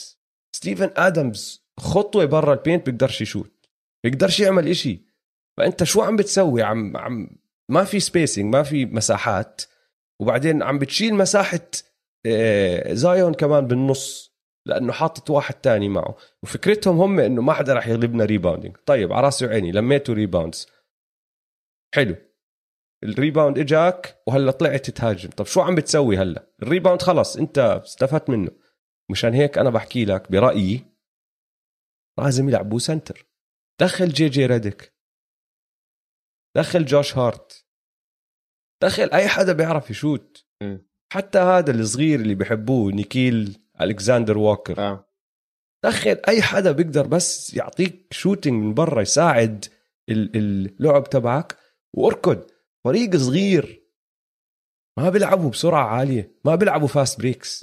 آدمز خطوة برا البينت بيقدرش يشوت، بيقدرش يعمل إشي. فأنت شو عم بتسوي؟ عم ما في سبيسينج، ما في مساحات، وبعدين عم بتشيل مساحة زايون كمان بالنص لأنه حاطط واحد تاني معه، وفكرتهم هم إنه ما حدا رح يغلبنا ريباوندينج. طيب على راسي وعيني، لميتوا ريباوندز حلو، الريباوند اجاك وهلا طلعت تهاجم. طب شو عم بتسوي هلا؟ الريباوند خلص انت استفدت منه. مشان هيك انا بحكي لك برأيي لازم يلعبوا سنتر. دخل جي ريديك، دخل جوش هارت، دخل اي حدا بيعرف يشوت. حتى هذا الصغير اللي بيحبوه نيكيل ألكساندر ووكر دخل اي حدا بيقدر بس يعطيك شوتينج من برا يساعد اللعب تبعك. واركض، فريق صغير ما بيلعبوا بسرعة عالية، ما بيلعبوا فاست بريكس.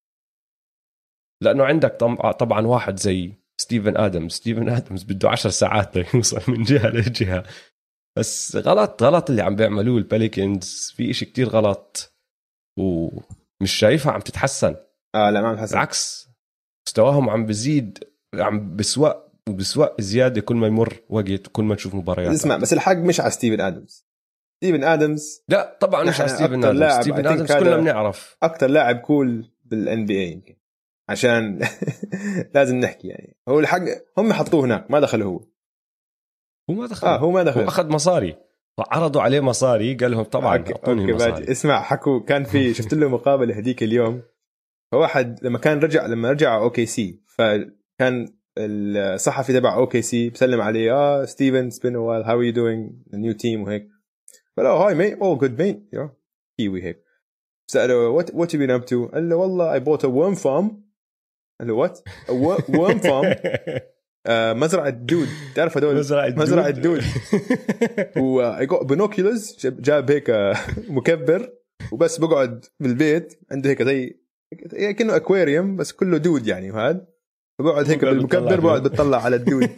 لأنه عندك طبعا واحد زي ستيفن آدمز بده 10 ساعات ليوصل من جهة لجهة. بس غلط اللي عم بيعملوه الباليكنز، في إشي كتير غلط ومش شايفها عم تتحسن. لا ما بتحسن، بالعكس مستواهم عم بزيد، عم بسوء زيادة كل ما يمر وقت وكل ما نشوف مباريات. اسمع بس الحق مش على ستيفن آدمز لا طبعا مش على ستيفن آدمز كلنا بنعرف أكتر لاعب كول بالان بي اي يمكن، عشان لازم نحكي يعني. هو الحق هم حطوه هناك، ما دخل هو ما دخل. هو أخذ مصاري، عرضوا عليه مصاري، قال لهم طبعا اعطوني مصاري. اسمع حكوا كان في شفت له مقابله هديك اليوم، فواحد لما رجع اوكي سي، فكان الصحفي تبع اوكي سي بسلم عليه، ستيفن سبين وايل هاو يو دوينج نيو تيم وهيك. فلا هاي ميت اول جود ميت يا كيوي هيك. سأله وات يو بين اب تو؟ قال له والله اي بوت ا ورم فارم. قال له وات ورم فارم؟ مزرعة دود، تعرف هدول مزرعة دود. و بنوكيولز جاب هيك مكبر، وبس بقعد بالبيت عنده هيك زي كأنه اكواريوم بس كله دود يعني. وهذا بقعد هيك بالمكبر بقعد بتطلع على الدود.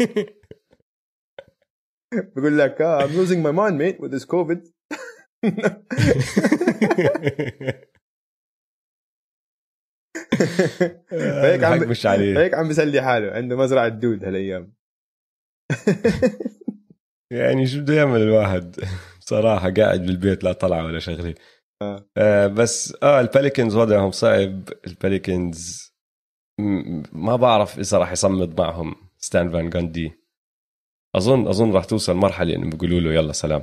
بقول لك I'm losing my mind mate with this COVID. هيك عم بيسلي حاله، عنده مزرعة دود هالايام. يعني شو بده يعمل الواحد بصراحة، قاعد بالبيت لا طلع ولا شغلة. بس الباليكنز وضعهم صعب. الباليكنز ما بعرف إذا راح يصمد معهم ستان فان غاندي. أظن راح توصل مرحلة إنه بيقولوا له يلا سلام.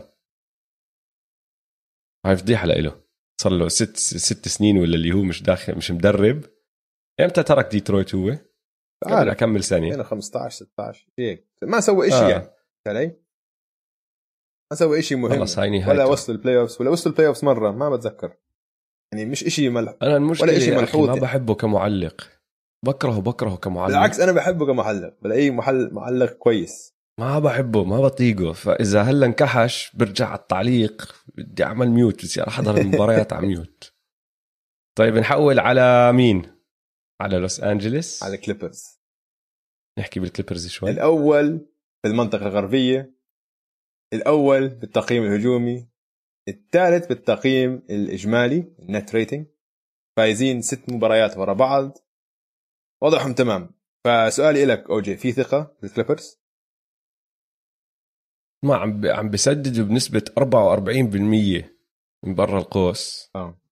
هاي فضيحة لإله، صار له 6 سنين ولا اللي هو مش مدرب. امتى ترك ديترويت هو؟ قبل أكمل سنة 15 16 هيك، ما سوى إشي يعني علي، ما سوى إشي مهم ولا وصل البلاي أوفس مرة ما بتذكر يعني. مش إشي أنا المشكلة ولا إشي ملحوظ. ما بحبه كمعلق، بكرهه كمعلق. بالعكس أنا بحبه كمحلق، بلاقيه معلق كويس. ما بحبه، ما بطيقه. فإذا هلا انكحش برجع على التعليق، بدي أعمل ميوت، بصير أحضر المباريات على ميوت. طيب نحول على مين؟ على لوس أنجلس، على كليبرز. نحكي بالكليبرز شوي. الأول بالمنطقة الغربية، الأول بالتقييم الهجومي، الثالث بالتقييم الإجمالي النت ريتنج، فايزين 6 مباريات ورا بعض، وضعهم تمام. فسؤالي لك أوجي، في ثقة بالكليبرز؟ ما عم بسددوا بنسبة 44% من برا القوس.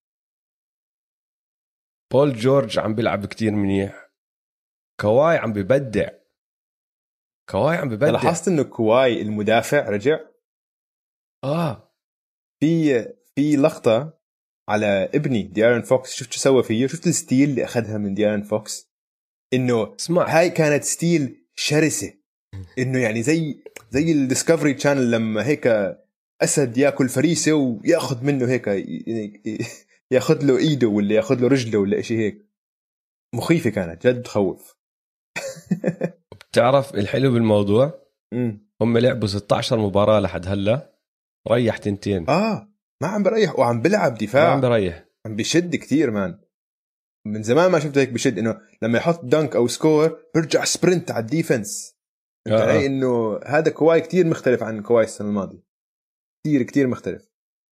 بول جورج عم بيلعب كتير منيح. كواي عم ببدع. لاحظت انه كواي المدافع رجع. في لقطة على ابني ديارن فوكس، شفت شو سوى فيه؟ شفت الستيل اللي اخذها من ديارن فوكس؟ انه هاي كانت ستيل شرسة، انه يعني زي الديسكفري تشانل لما هيك اسد ياكل فريسة وياخذ منه هيك ياخذ له ايده ولا ياخذ له رجله ولا اشي هيك. مخيفة كانت جد، تخوف. بتعرف الحلو بالموضوع؟ هم لعبوا 16 مباراة لحد هلا، ريح تنتين. ما عم بريح وعم بلعب دفاع، ما عم بريح، عم بيشد كتير مان. من زمان ما شفت هيك بشد، انه لما يحط دنك او سكور برجع سبرنت على الديفنس. انت علي انه هذا كواي كتير مختلف عن كواي السنه الماضيه، كتير كتير مختلف.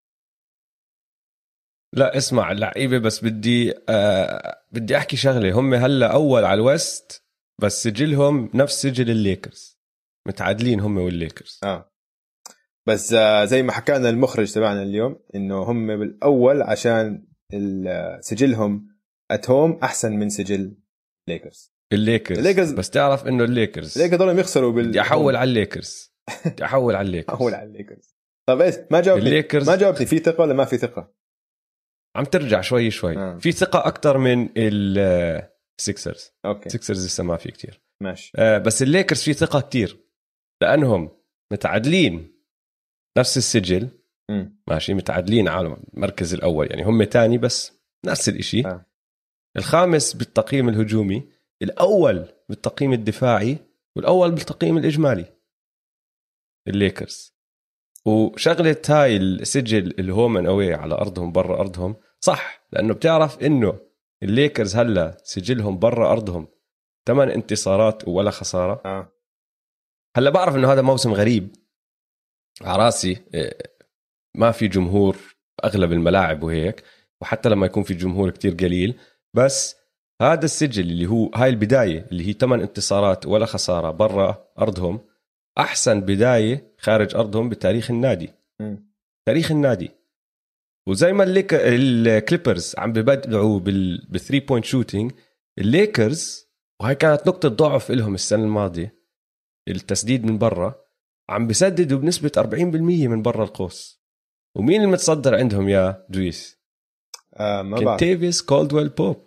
لا اسمع اللعيبه، بس بدي احكي شغله. هم هلا اول على الويست، بس سجلهم نفس سجل الليكرز، متعادلين هم والليكرز. بس زي ما حكانا المخرج تبعنا اليوم انه هم بالاول عشان سجلهم ات هوم احسن من سجل الليكرز. بس تعرف انه الليكرز ضلوا يخسروا بدي احول على الليكرز. احول على الليكرز. طب ايش ما جاوبني في ثقه ولا ما في ثقه؟ عم ترجع شوي في ثقه اكتر من السيكسرز. السيكسرز لسه ما في كتير. ماشي. بس الليكرز في ثقه كتير لانهم متعادلين نفس السجل. ماشي، متعادلين على المركز الاول، يعني هم تاني بس نفس الاشي. الخامس بالتقييم الهجومي، الاول بالتقييم الدفاعي، والاول بالتقييم الاجمالي الليكرز. وشغله هاي السجل الهوم اند اوي على ارضهم برا ارضهم صح، لانه بتعرف انه الليكرز هلا سجلهم برا ارضهم 8 انتصارات ولا خساره. هلا بعرف انه هذا موسم غريب على راسي، ما في جمهور اغلب الملاعب وهيك، وحتى لما يكون في جمهور كتير قليل، بس هذا السجل اللي هو هاي البدايه اللي هي 8 انتصارات ولا خساره برا ارضهم احسن بدايه خارج ارضهم بتاريخ النادي. تاريخ النادي. وزي ما الكليبرز عم ببدعوا بالثري بوينت شوتينج، الليكرز وهي كانت نقطه ضعف لهم السنه الماضيه، التسديد من برا، عم بيسددوا بنسبه 40% من برا القوس. ومين المتصدر عندهم يا دويس؟ كنتيفيس كولدويل بوب،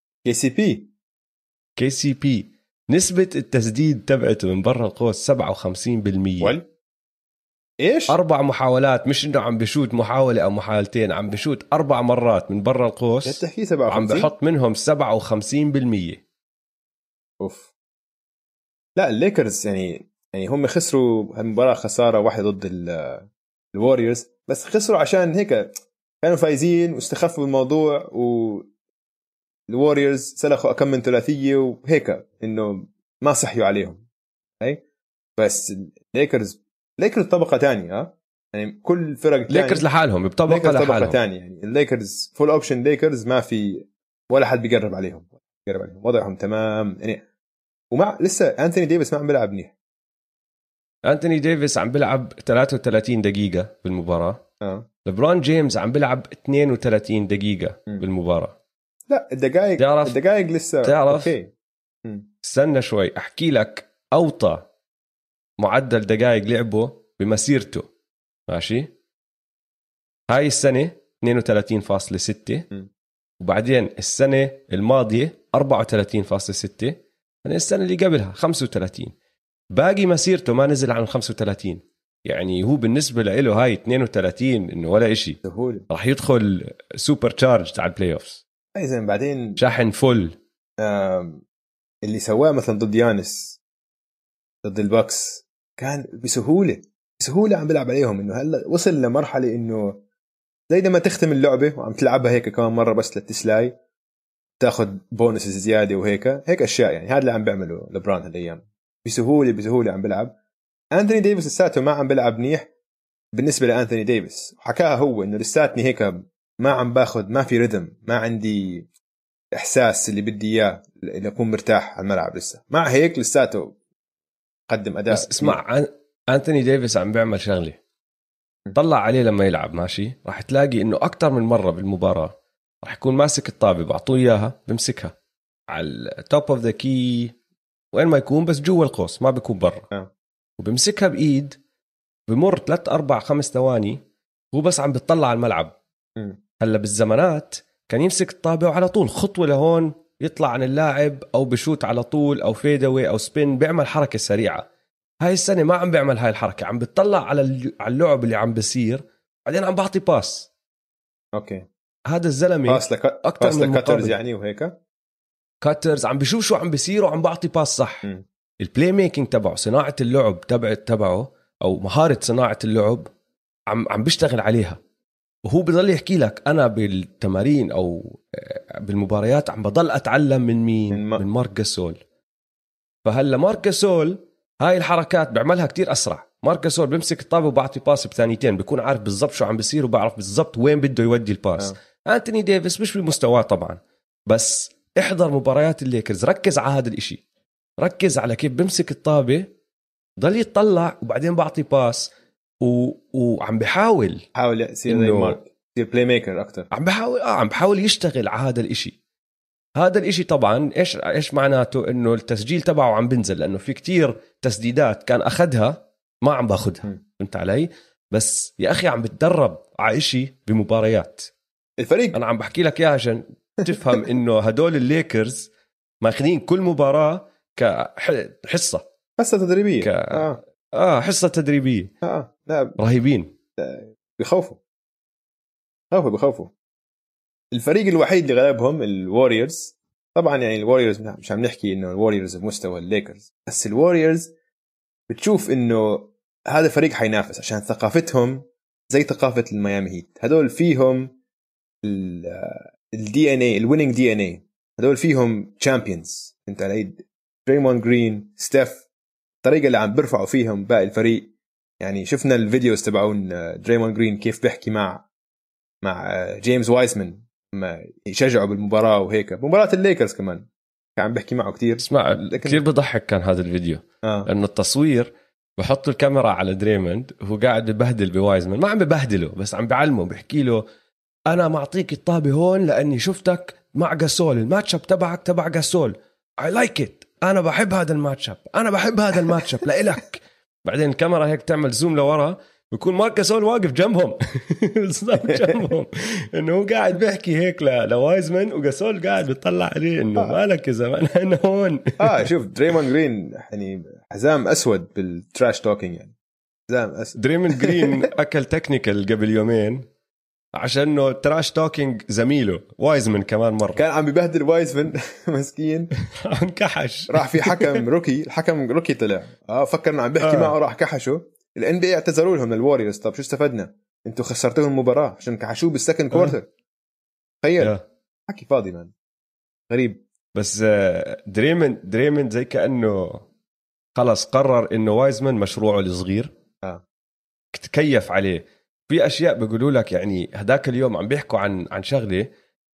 كي سي بي. نسبة التسديد تبعته من برا القوس 57%. ايش؟ 4 محاولات، مش انه عم بشوت محاولة او محاولتين، عم بشوت 4 مرات من برا القوس، عم بحط منهم 57%. اوف. لا الليكرز يعني هم خسروا المباراة خسارة واحدة ضد الواريورز، بس خسروا عشان هيك كانوا فايزين واستخفوا بالموضوع، والواريورز سلخوا كم من ثلاثية وهيك انه ما صحيوا عليهم. بس الليكرز طبقة تانية. يعني كل فرق الليكرز لحالهم بطبقة لحالهم تانية. يعني الليكرز فول اوبشن ليكرز، ما في ولا حد بيقرب عليهم وضعهم تمام يعني. ومع لسه أنتوني ديفيس ما عم بيلعب منيح. أنتوني ديفيس عم بيلعب 33 دقيقة بالمباراة. لبرون جيمس عم بيلعب 32 دقيقة بالمباراة. لا الدقائق لسه تعرف استنى شوي أحكي لك أوطى معدل دقائق لعبه بمسيرته. ماشي، هاي السنة 32.6، وبعدين السنة الماضية 34.6، يعني السنة اللي قبلها 35. باقي مسيرته ما نزل عن 35. يعني هو بالنسبة له هاي 32 إنه ولا إشي. راح يدخل سوبر تشارج على البلاي أوفس. زين بعدين شاحن فل. اللي سواه مثلا ضد يانس ضد الباكس كان بسهولة عم بلعب عليهم. إنه هلا وصل لمرحلة إنه زي لما تختم اللعبة وعم تلعبها هيك كمان مرة بس للتسلاي، تاخد بونس زيادة وهيك أشياء. يعني هذا اللي عم بيعمله لبران هالأيام، بسهولة عم بلعب. أنتوني ديفيس لساته ما عم بلعب منيح بالنسبة لأنتوني ديفيس. حكاها هو إنه لساتني هيك ما عم باخد، ما في ريتم، ما عندي إحساس اللي بدي إياه اللي أكون مرتاح على الملعب. لسه مع هيك لساته قدم أداء. بس اسمع، أنتوني ديفيس عم بيعمل شغلة، طلع عليه لما يلعب ماشي، راح تلاقي إنه أكتر من مرة بالمباراة راح يكون ماسك الطابة، بعطوه إياها بمسكها على التوب اوف ذا كي وين ما يكون، بس جوا القوس ما بيكون برا. وبمسكها بإيد، بمر 3 4 5 ثواني هو بس عم بتطلع على الملعب. هلا بالزمانات كان يمسك الطابة وعلى طول خطوة لهون يطلع عن اللاعب، أو بشوت على طول، أو فيدوي أو سبين، بيعمل حركة سريعة. هاي السنة ما عم بيعمل هاي الحركة، عم بتطلع على اللعب اللي عم بيصير، بعدين عم بعطي باس. أوكي، هذا الزلمة أكتر من كاترز يعني، وهيك كاترز عم بشوف شو عم بيصير وعم بعطي باس صح. البلاي ميكينج تبعه، صناعة اللعب تبعه، أو مهارة صناعة اللعب عم بيشتغل عليها، وهو بضل يحكي لك أنا بالتمارين أو بالمباريات عم بضل أتعلم من مين؟ من مارك جاسول. فهلا مارك جاسول هاي الحركات بعملها كتير أسرع. مارك جاسول بيمسك الطابة وبعطي باس بثانيتين، بيكون عارف بالضبط شو عم بيصير وبعرف بالضبط وين بده يودي الباس. أنتوني ديفيس مش بمستواه طبعا، بس احضر مباريات الليكرز، ركز على هذا الاشي، ركز على كيف بمسك الطابة، ضل يتطلع وبعدين بعطي باس وعم بحاول يصير زي مارك، يصير بلاي ميكر أكتر. عم بحاول يشتغل على هذا الاشي. هذا الاشي طبعا ايش معناته؟ انه التسجيل تبعه عم بنزل، لانه في كتير تسديدات كان اخدها ما عم باخدها. فهمت علي؟ بس يا اخي عم بتدرب على اشي بمباريات الفريق. انا عم بحكي لك اياها عشان تفهم انه هدول الليكرز ماخذين كل مباراة كحصة تدريبية. حصة تدريبية. لا رهيبين. بخوفوا الفريق الوحيد اللي غلبهم الواريورز. طبعا يعني الواريورز مش عم نحكي انه الواريورز بمستوى الليكرز، بس الواريورز بتشوف انه هذا فريق حينافس عشان ثقافتهم زي ثقافة الميامي هيت. هدول فيهم الدي ان اي، الويننج دي ان اي. هدول فيهم تشامبيونز. انت على دريمون جرين، ستيف، الطريقة اللي عم برفعوا فيهم باقي الفريق. يعني شفنا الفيديوز تبعون دريمون جرين كيف بيحكي مع جيمس وايسمان ما يشجعوا بالمباراة، وهيك بمباراة الليكرز كمان كان عم بحكي معه كتير. اسمع كتير بضحك كان هذا الفيديو لأنه التصوير بحطوا الكاميرا على دريموند وهو قاعد ببهدل بوايزمان، ما عم ببهدله بس عم بعلمه، بحكي له أنا معطيك الطابة هون لأني شفتك مع جاسول، الماتشاب تبعك تبع جاسول، I like it، أنا بحب هذا الماتشاب، أنا بحب هذا الماتشاب لإلك. بعدين الكاميرا هيك تعمل زوم لورا، بيكون مارك جاسول واقف جنبهم بالضبط جنبهم، انه هو قاعد بيحكي هيك لوايزمان، وجاسول قاعد بيطلع عليه انه مالك يا زلمه انا هون. شوف دريمون جرين يعني حزام اسود بالتراش توكينج، يعني حزام اسود. دريمون جرين اكل تكنيكال قبل يومين عشانه تراش توكينج زميله وايزمان كمان مره كان عم ببهدل وايزمان مسكين انكحش. راح في حكم روكي، الحكم روكي طلع فكر انه عم بيحكي معه، راح كحشه. الان بي اعتذروا لهم للواريورز. طب شو استفدنا؟ انتوا خسرتوهم المباراه عشان كحشوه بالسكند كوارتر. تخيل حكي فاضي مان غريب. بس دريمن زي كانه خلص قرر انه وايزمان مشروعه الصغير، تكيف عليه. في اشياء بيقولوا لك يعني هداك اليوم عم بيحكوا عن شغله،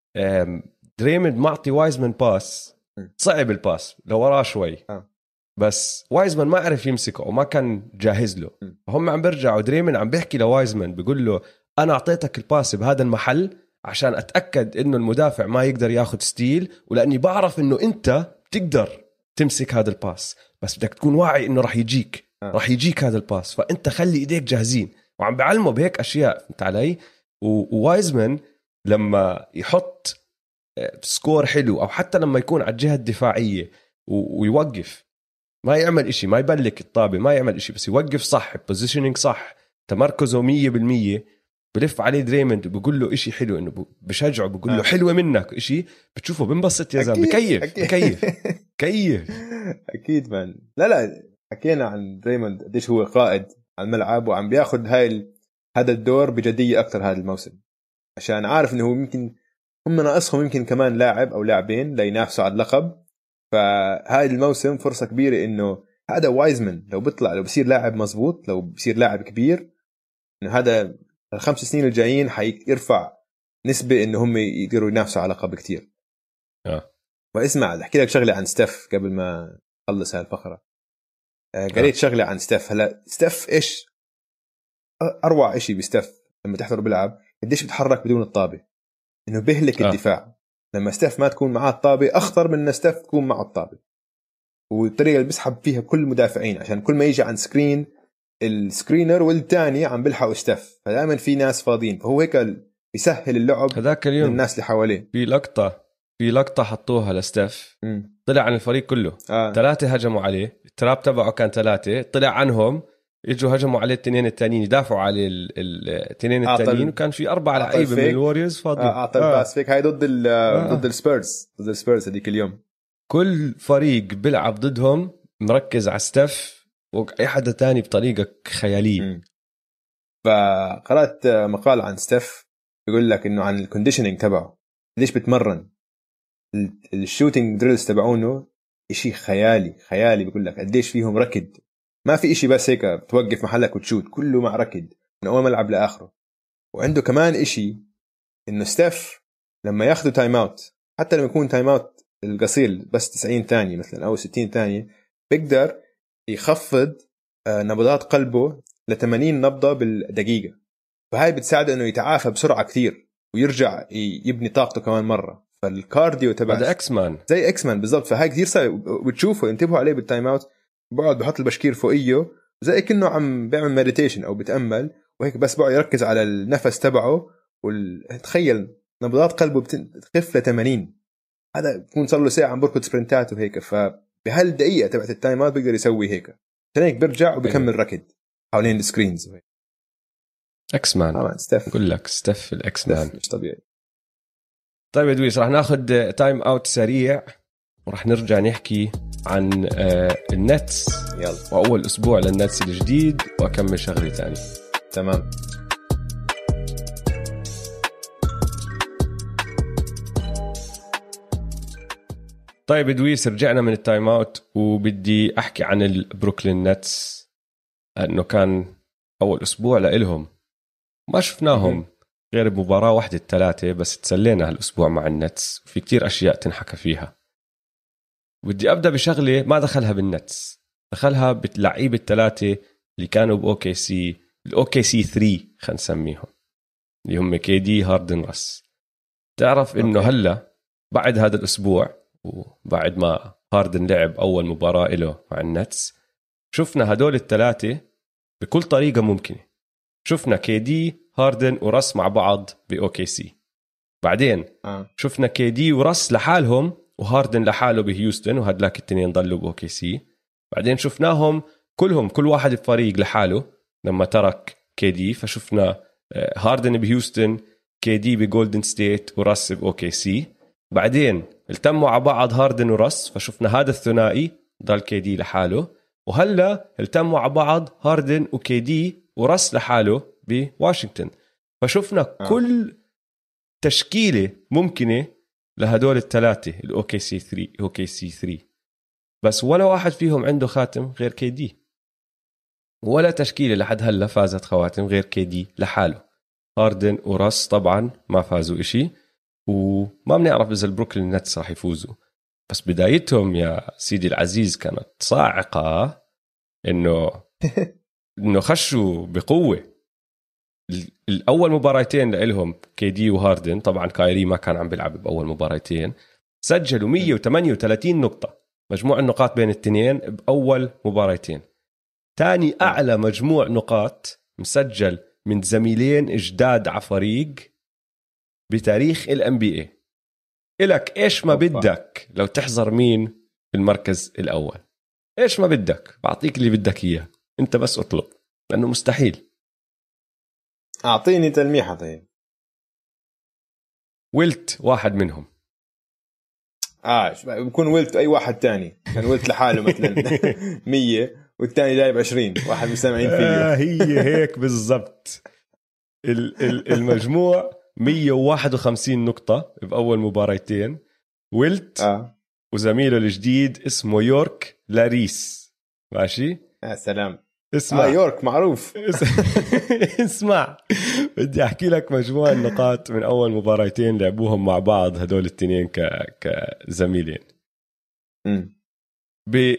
دريمن معطي وايزمان باس، صعب الباس لوراه شوي بس وايزمان ما عرف يمسكه وما كان جاهز له. هم عم برجعوا دريمن عم بيحكي لوايزمان بيقول له أنا أعطيتك الباس بهذا المحل عشان أتأكد إنه المدافع ما يقدر ياخد ستيل، ولأني بعرف إنه أنت تقدر تمسك هذا الباس، بس بدك تكون واعي إنه رح يجيك هذا الباس، فأنت خلي إيديك جاهزين. وعم بعلمه بهيك أشياء، فهمت علي؟ ووايزمان لما يحط سكور حلو أو حتى لما يكون على الجهة الدفاعية ويوقف، ما يعمل إشي، ما يبلك الطابة، ما يعمل إشي، بس يوقف صح، بوزيشنينج صح، تمركزه 100%، بلف عليه دريموند وبقول له إشي حلو، إنه بشجعه، بقول له حلوة منك، إشي بتشوفه بنبسط يا زلمة، بكيف. أكيد مان. لا حكينا عن دريموند قديش هو قائد على الملعب وعم بياخد هذا الدور بجدية أكتر هذا الموسم، عشان عارف إنه هو يمكن هم ناقصهم يمكن كمان لاعب أو لاعبين لينافسوا على اللقب. فهاي الموسم فرصة كبيرة إنه هذا وايزمان لو بيطلع، لو بصير لاعب مزبوط، لو بصير لاعب كبير، إنه هذا ال5 سنين الجايين حيرفع نسبة إنه هم يقدروا ينافسوا على لقب كتير. واسمع أحكي لك شغلة عن ستيف قبل ما أخلص هاي الفقرة. قريت شغلة عن ستيف. هلا ستيف إيش أروع إشي بستيف لما تحضر بلعب قديش بتحرك بدون الطابة، إنه بيهلك الدفاع. لما ستيف ما تكون معاه الطابة أخطر من إن ستيف تكون معه الطابة، والطريقة اللي بيسحب فيها كل المدافعين عشان كل ما يجي عن سكرين السكرينر والتاني عم بيلحقوا ستيف، فدائما في ناس فاضيين، فهو هيك بيسهل اللعب هذاك اليوم للناس اللي حواليه. في لقطة حطوها لستيف، طلع عن الفريق كله 3 هجموا عليه، التراب تبعه كان 3، طلع عنهم، اجوا هجموا عليه التنين التانيين، يدافعوا عليه التنين التانيين، وكان في 4 لعيبه من الوريورز فاضيين. اعطى الباس فيك. هاي ضد السبيرز هذيك اليوم. كل فريق بيلعب ضدهم مركز على ستيف واي حدا تاني بطريقه خياليه. فقرأت مقال عن ستيف يقول لك إنه عن الكونديشنينج تبعه، ليش بتمرن الشوتينج دريلز تبعونه، إشي خيالي بيقول لك قديش فيهم ركض، ما في إشي بس هيك توقف محلك وتشوت، كله مع ركض من أول ملعب لآخره. وعنده كمان إشي إنه ستيف لما ياخدوا تايم اوت، حتى لما يكون تايم اوت القصير بس 90 ثانية مثلا أو 60 ثانية، بيقدر يخفض نبضات قلبه ل 80 نبضة بالدقيقة، فهاي بتساعده إنه يتعافى بسرعة كثير ويرجع يبني طاقته كمان مرة. فالكارديو تبع هذا اكس مان، زي اكس مان بالضبط. فهاي كثير صعب، وتشوفوا انتبهوا عليه بالتايم اوت، بقعد بحط البشكير فوقيه زي كأنه عم بيعمل مديتيشن او بتأمل وهيك، بس بقعد يركز على النفس تبعه تخيل نبضات قلبه بتخف ل 80. هذا بكون صار له ساعه عم بركض سبرنتات وهيك، فبهالدقيقه تبعت التايم اوت بيقدر يسوي هيك، عشان هيك بيرجع وبيكمل ركض حوالين السكرينز وهيك. اكس مان بقول لك ستيف الاكس مان مش طبيعي. طيب يا دويس، راح ناخذ تايم اوت سريع وراح نرجع نحكي عن النتس. يلا. واول اسبوع للنتس الجديد واكمل شغله ثانيه. تمام. طيب دويس، رجعنا من التايم اوت وبدي احكي عن البروكلين نتس، انه كان اول اسبوع لإلهم، ما شفناهم غير بمباراة واحدة الثلاثة بس، تسلينا هالاسبوع مع النتس وفي كتير اشياء تنحكى فيها. بدي ابدا بشغله ما دخلها بالنتس، دخلها باللعيبه الثلاثه اللي كانوا باوكي سي، الاوكي سي 3 خلينا نسميهم، اللي هم كي دي هاردن راس. تعرف انه هلا بعد هذا الاسبوع وبعد ما هاردن لعب أول مباراة له مع النتس، شفنا هدول الثلاثة بكل طريقة ممكنة. شفنا كي دي هاردن ورس مع بعض بأوكي سي، بعدين شفنا كي دي ورس لحالهم وهاردن لحاله بهيوستن وهدلاك التنين ضلوا بأوكي سي. بعدين شفناهم كلهم كل واحد بفريق لحاله لما ترك كي دي، فشفنا هاردن بهيوستن، كي دي بجولدن ستيت، ورس بأوكي سي. بعدين التموا على بعض هاردن ورس، فشفنا هذا الثنائي ضل كي دي لحاله، وهلا التموا على بعض هاردن وكي دي ورس لحاله بواشنطن. فشفنا كل تشكيلة ممكنة لهدول الثلاثة الأوكي سي 3 أوكي سي 3، بس ولا واحد فيهم عنده خاتم غير كي دي، ولا تشكيلة لحد هلا فازت خواتم غير كي دي لحاله. هاردن ورس طبعا ما فازوا إشي، وما بنعرف إذا البروكلين نتس راح يفوزوا، بس بدايتهم يا سيدي العزيز كانت صاعقة، إنه خشوا بقوة. الأول مباراتين لهم كي دي وهاردن، طبعا كايري ما كان عم بيلعب بأول مباراتين، سجلوا 138 نقطة مجموع النقاط بين التنين بأول مباراتين. تاني أعلى مجموع نقاط مسجل من زميلين جداد على فريق بتاريخ NBA. إلك إيش ما بدك لو تحذر مين المركز الأول، إيش ما بدك بعطيك اللي بدك إياه، أنت بس أطلب، لأنه مستحيل. أعطيني تلميحة. طيب ويلت واحد منهم. بكون ويلت أي واحد تاني، كان ويلت لحاله مثلا 100 والتاني جايب 20، واحد مستمعين فيه. هي هيك بالضبط. المجموع 151 نقطة بأول مباراتين. ويلت وزميله الجديد اسمه يورك لاريس، ماشي؟ يا سلام. اسمع يورك معروف. اسمع، بدي أحكي لك مجموع النقاط من أول مباراتين لعبوهم مع بعض هدول التنين كزميلين. ب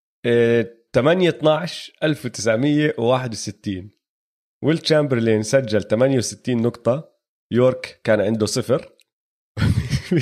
8/12/1961 ويل تشامبرلين سجل 68 نقطة، يورك كان عنده 0. ب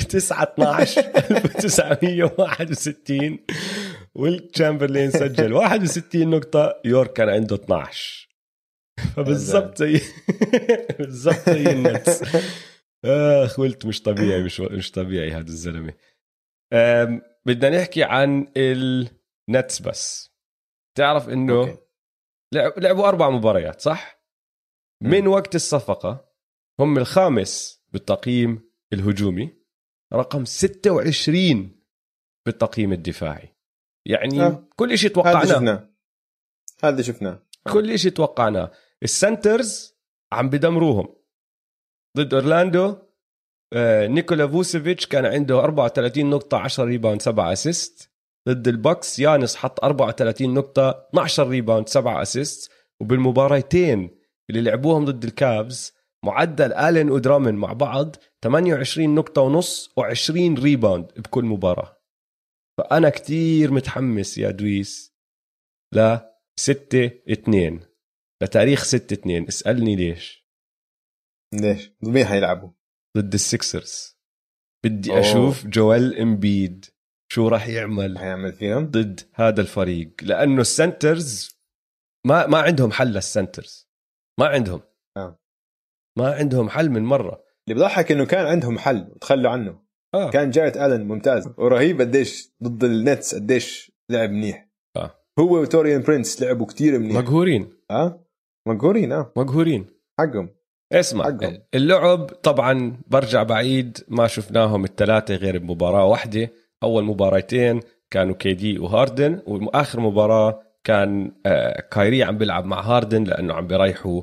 9/12/1961 ويل تشامبرلين سجل 61 نقطة، يورك كان عنده 12. فبالضبط زي بالضبط زي النتس. ويلت مش طبيعي، مش طبيعي هذا الزلمة. بدنا نحكي عن النتس بس. تعرف انه لعبوا 4 مباريات صح؟ من وقت الصفقة هم الخامس بالتقييم الهجومي، رقم 26 بالتقييم الدفاعي. يعني كل شيء توقعناه، هذا شفناه كل شيء توقعناه. السنترز عم بدمروهم. ضد أورلاندو نيكولا فوسيفيتش كان عنده 34 نقطة 10 ريباوند 7 أسيست. ضد البوكس يانس حط 34 نقطة 12 ريباوند 7 أسيست. وبالمباراتين اللي لعبوهم ضد الكابز معدل آلن ودرامن مع بعض 28 نقطة ونص و20 ريباوند بكل مباراة. فأنا كتير متحمس يا دويس ل 6-2 لتاريخ 6-2. اسألني ليش ضد مين حيلعبوا؟ ضد السيكسرز. بدي أشوف جويل إمبيد شو راح يعمل فيهم ضد هذا الفريق، لأنه السنترز ما عندهم حل للسنترز، ما عندهم ما عندهم حل من مرة. اللي بضحك إنه كان عندهم حل وتخلوا عنه. كان جاريت آلن ممتاز ورهيب قديش ضد النتس، قديش لعب منيح. هو وتوريان برينس لعبوا كتير منيح. مقهورين حقهم. اسمع حقهم. اللعب طبعا برجع بعيد، ما شفناهم الثلاثة غير بمباراة واحدة. أول مباراتين كانوا KD وهاردن، وآخر مباراة كان كايري عم بيلعب مع هاردن لأنه عم بيريحوا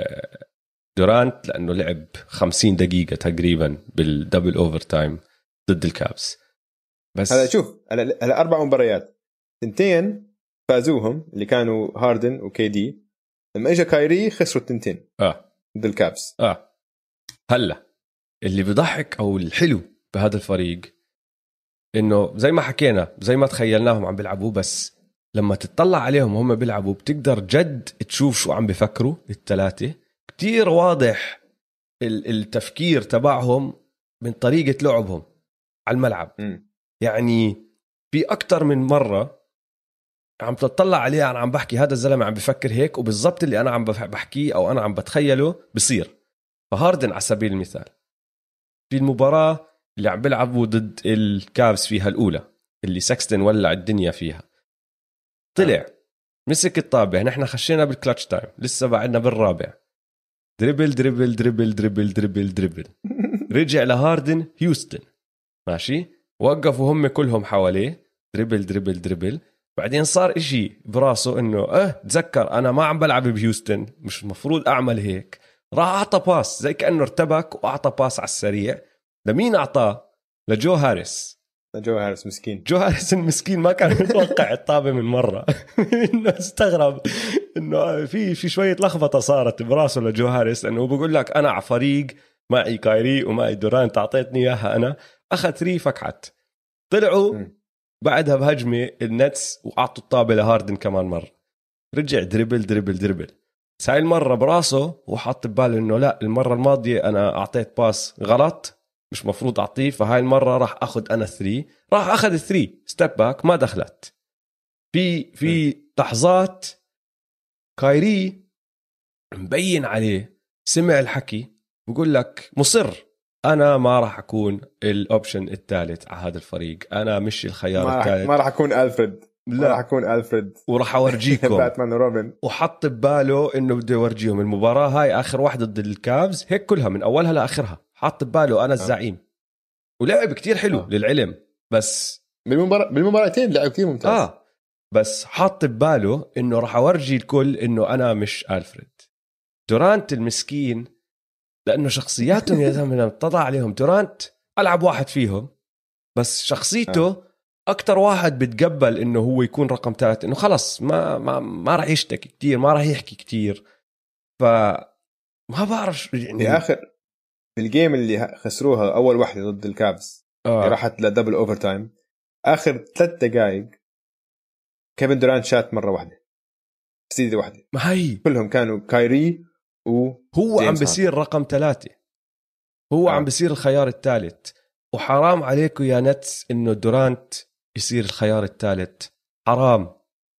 دورانت، لأنه لعب 50 دقيقة تقريبا بالدبل أوفر تايم ضد الكابس. بس هلا شوف، هلا 4 مباريات 2 فازوهم اللي كانوا هاردن وكيدي. لما اجى كايري خسروا 2 ضد الكابس. هلا اللي بيضحك او الحلو بهذا الفريق انه زي ما حكينا، زي ما تخيلناهم عم بيلعبوا، بس لما تتطلع عليهم هم بيلعبوا بتقدر جد تشوف شو عم بيفكروا. الثلاثة كتير واضح التفكير تبعهم من طريقة لعبهم على الملعب. يعني في أكتر من مرة عم تطلع عليه، أنا عم بحكي هذا الزلمة عم بفكر هيك، وبالضبط اللي أنا عم بحكيه أو أنا عم بتخيله بصير. فهاردن على سبيل المثال في المباراة اللي عم بيلعبوا ضد الكابس فيها الأولى اللي سكستن ولع الدنيا فيها، طلع مسك الطابة، نحن خشينا بالكلاتش تايم لسه بعدنا بالرابع، دريبل دريبل دريبل دريبل دريبل دريبل رجع لهاردن هيوستن، ماشي، وقفوا هم كلهم حواليه، دريبل دريبل دريبل. بعدين صار إشي براسه إنه تذكر أنا ما عم بلعب بهيوستن، مش المفروض أعمل هيك. راح أعطى باس زي كأنه ارتبك وأعطى باس على السريع. لمين أعطاه؟ لجو هاريس. جو هاريس مسكين، جو هاريس المسكين ما كان يتوقع الطابة من مرة. إنه استغرب إنه في شوية لخبطة صارت براسه لجو هاريس، لأنه بقول لك أنا على فريق معي كايري ومعي دورانت، أعطيتني إياها أنا، أخذ 3 فكحت. طلعوا بعدها بهجمة النتس وأعطوا الطابة لهاردن كمان مرة، رجع دريبل دريبل دريبل. هاي المرة براسه وحط بباله إنه لا، المرة الماضية أنا أعطيت باس غلط مش مفروض أعطيه، فهاي المرة راح أخذ أنا 3. راح أخذ 3 ستيب باك ما دخلت. في لحظات كايري مبين عليه سمع الحكي، بقول لك مصر أنا ما راح أكون الأوبشن الثالث على هذا الفريق، أنا مش الخيار الثالث، ما راح أكون ألفريد، لا راح أكون ألفريد وراح أورجيكم باتمان وروبن. وحط بباله إنه بده يورجيهم المباراة هاي آخر واحدة ضد الكابز هيك كلها من أولها لآخرها، حط بباله أنا الزعيم. ولعب كتير حلو للعلم، بس بالمباراتين لعب كتير ممتاز. بس حط بباله إنه راح أورجي الكل إنه أنا مش ألفريد. دورانت المسكين لأنه شخصياتهم يا زلمة تضع عليهم. دورانت ألعب واحد فيهم، بس شخصيته أكتر واحد بتقبل إنه هو يكون رقم 3، إنه خلص ما راح يشتكي كتير، ما راح يحكي كتير. فما بعرف يعني آخر بالجيم اللي خسروها أول واحدة ضد الكابس راحت لدبل أوفر تايم، آخر 3 دقائق كيفن دورانت شات مرة واحدة سيدة واحدة، ما هي كلهم كانوا كايري وهو عم بيصير رقم 3، هو عم بيصير الخيار الثالث. وحرام عليكم يا نتس إنه دورانت يصير الخيار الثالث، حرام.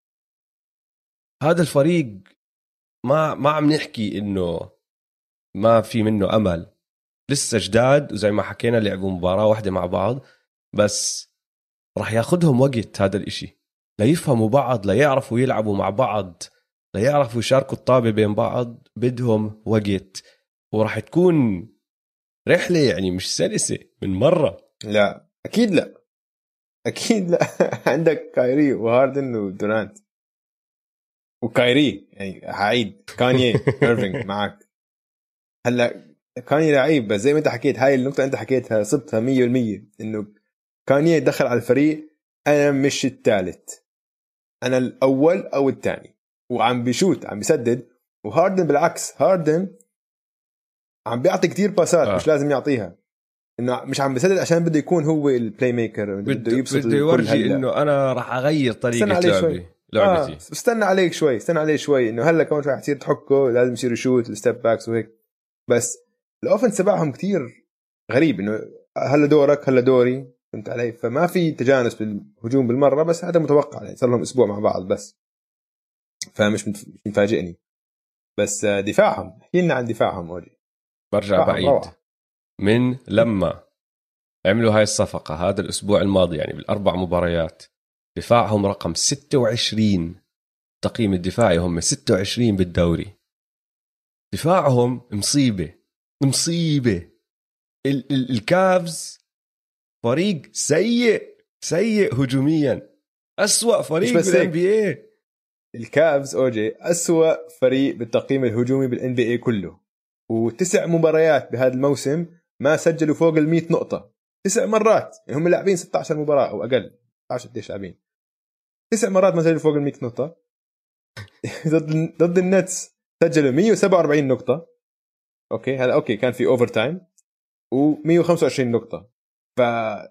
هذا الفريق ما عم نحكي إنه ما في منه أمل، لسه جداد، وزي ما حكينا لعبوا مباراة واحدة مع بعض، بس راح ياخدهم وقت هذا الاشي ليفهموا بعض، ليعرفوا يلعبوا مع بعض، ليعرفوا يشاركوا الطابة بين بعض، بدهم وقت، وراح تكون رحلة يعني مش سلسة من مرة. لا أكيد لا أكيد لا. عندك كايري وهاردن ودورانت، وكايري يعني هعيد كاني إيرفينغ معك. هلا كاني لعيب، بس زي ما انت حكيت هاي النقطة انت حكيتها صبتها 100%، انه كاني دخل على الفريق انا مش الثالث، انا الاول او الثاني، وعم بيشوت عم بيسدد. وهاردن بالعكس، هاردن عم بيعطي كتير باسات مش لازم يعطيها، انه مش عم بيسدد عشان بده يكون هو البلاي ميكر، بده يبسط بده يورجي انه انا راح اغير طريقة لعبتي. استنى عليك شوي انه هلا كمان راح تصير تحكه، لازم يصير يشوت الستيب باكس وهيك. بس الاوفنس تبعهم كتير غريب، انه هلا دورك هلا دوري، فهمت علي؟ فما في تجانس بالهجوم بالمره، بس هذا متوقع يعني، صار لهم اسبوع مع بعض بس، فمش مفاجئني. بس دفاعهم، احكي لنا عن دفاعهم. اوجي برجع بعيد روح. من لما عملوا هاي الصفقة هذا الأسبوع الماضي، يعني بالأربع مباريات دفاعهم رقم 26، تقييم الدفاعي هم 26 بالدوري. دفاعهم مصيبة. الكافز فريق سيء هجوميا، أسوأ فريق بالNBA. الكافز اوجي أسوأ فريق بالتقييم الهجومي بالNBA كله، و9 مباريات بهذا الموسم ما سجلوا فوق 100 نقطة 9 مرات. يعني هم لاعبين 16 مباراة أو أقل، 10 قديش لاعبين، 9 مرات ما سجلوا فوق 100 نقطة. ضد النتس سجلوا 147 نقطة. أوكي هذا أوكي كان في أوفر تايم، و125 نقطة. ف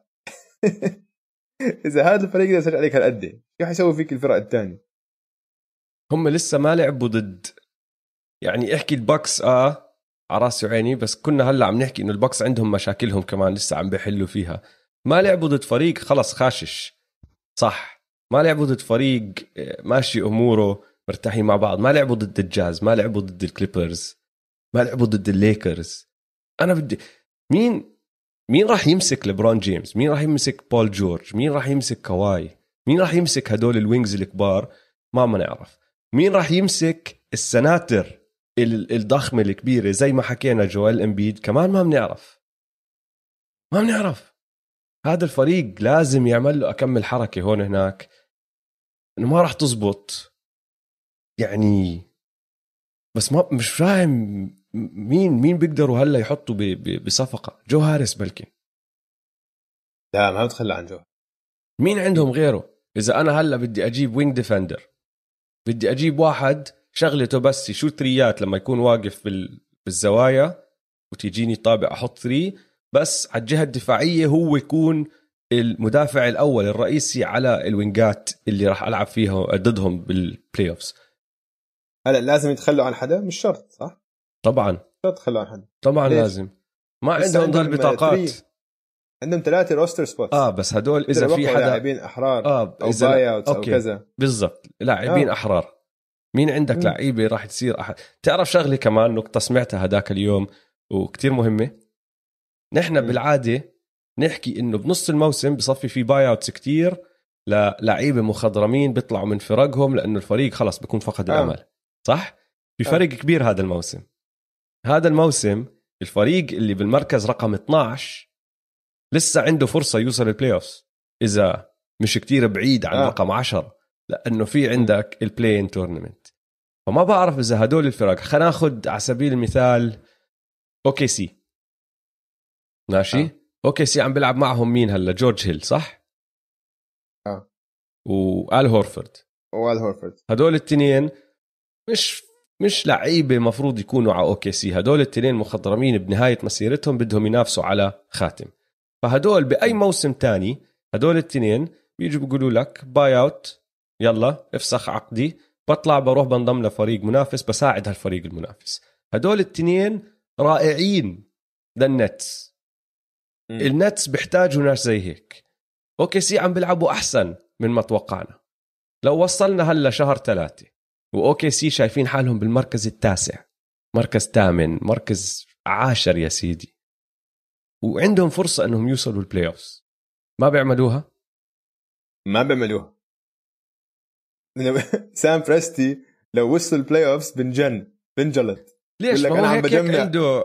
إذا هذا الفريق يقدر يسجل عليك هالقد، كيف حيسوي فيك الفرق الثانية؟ هم لسه ما لعبوا ضد، يعني احكي الباكس على راسي وعيني، بس كنا هلا عم نحكي انه الباكس عندهم مشاكلهم كمان لسه عم بيحلوا فيها. ما لعبوا ضد فريق خلص خاشش، صح؟ ما لعبوا ضد فريق ماشي اموره مرتاحين مع بعض. ما لعبوا ضد الجاز، ما لعبوا ضد الكليبرز، ما لعبوا ضد الليكرز. انا بدي مين راح يمسك ليبرون جيمس؟ مين راح يمسك بول جورج؟ مين راح يمسك كواي؟ مين راح يمسك هدول الوينجز الكبار؟ ما نعرف. مين راح يمسك السناتر الضخمة الكبيرة زي ما حكينا جوال امبيد؟ كمان ما بنعرف. هذا الفريق لازم يعمل له أكمل حركة هون هناك، انه ما راح تزبط يعني. بس ما مش فاهم مين بيقدروا هلا يحطوا بصفقة. جو هاريس بلكي، لا ما بتخلى عن جو. مين عندهم غيره؟ إذا أنا هلا بدي أجيب وينج ديفندر، بدي أجيب واحد شغلته بس يشوت ثريات لما يكون واقف بالزوايا وتيجيني طابع أحط ثري، بس على الجهة الدفاعية هو يكون المدافع الأول الرئيسي على الوينجات اللي راح ألعب فيها ضدهم بالبلاي أوفس. هلا لازم يتخلوا عن حدا؟ مش شرط، صح؟ طبعا شرط يتخلوا عن حدا طبعا. ليش؟ لازم. ما عندهم ضل بطاقات، عندهم 3 روستر سبوتس. بس هدول اذا في حدا لاعبين احرار او إذا باي اوت او كذا، بالضبط لاعبين احرار. مين عندك لعيبه راح تصير تعرف شغله كمان، نقطه سمعتها هداك اليوم وكتير مهمه. نحن بالعاده نحكي انه بنص الموسم بصفي في باي اوتس كتير للاعيبه مخضرمين بيطلعوا من فرقهم لانه الفريق خلص بيكون فقد الامل، صح؟ في فرق كبير هذا الموسم الفريق اللي بالمركز رقم 12 لسه عنده فرصة يوصل البلاي أوفس إذا مش كتير بعيد عن رقم 10، لأنه في عندك البلاي إن تورنمنت. فما بعرف إذا هدول الفرق، خلينا ناخد على سبيل المثال أوكي سي، ماشي أوكي سي عم بلعب معهم مين هلا؟ جورج هيل، صح؟ وآل هورفورد. هدول التنين مش لعيبة مفروض يكونوا على أوكي سي. هدول التنين مخضرمين بنهاية مسيرتهم بدهم ينافسوا على خاتم. فهدول بأي موسم تاني هدول التنين بيجوا بيقولوا لك باي اوت، يلا افسخ عقدي، بطلع بروح بنضم لفريق منافس بساعد هالفريق المنافس. هدول التنين رائعين للنتس. النتس بيحتاجوا ناس زي هيك. اوكي سي عم بيلعبوا احسن من ما توقعنا. لو وصلنا هلا شهر 3 واوكي سي شايفين حالهم بالمركز 9، مركز 8، مركز 10 يا سيدي، وعندهم فرصة أنهم يوصلوا البلاي أوفس، ما بيعملوها. سام بريستي لو وصل البلاي أوفس بنجلط. ليش؟ ما هو هيك عنده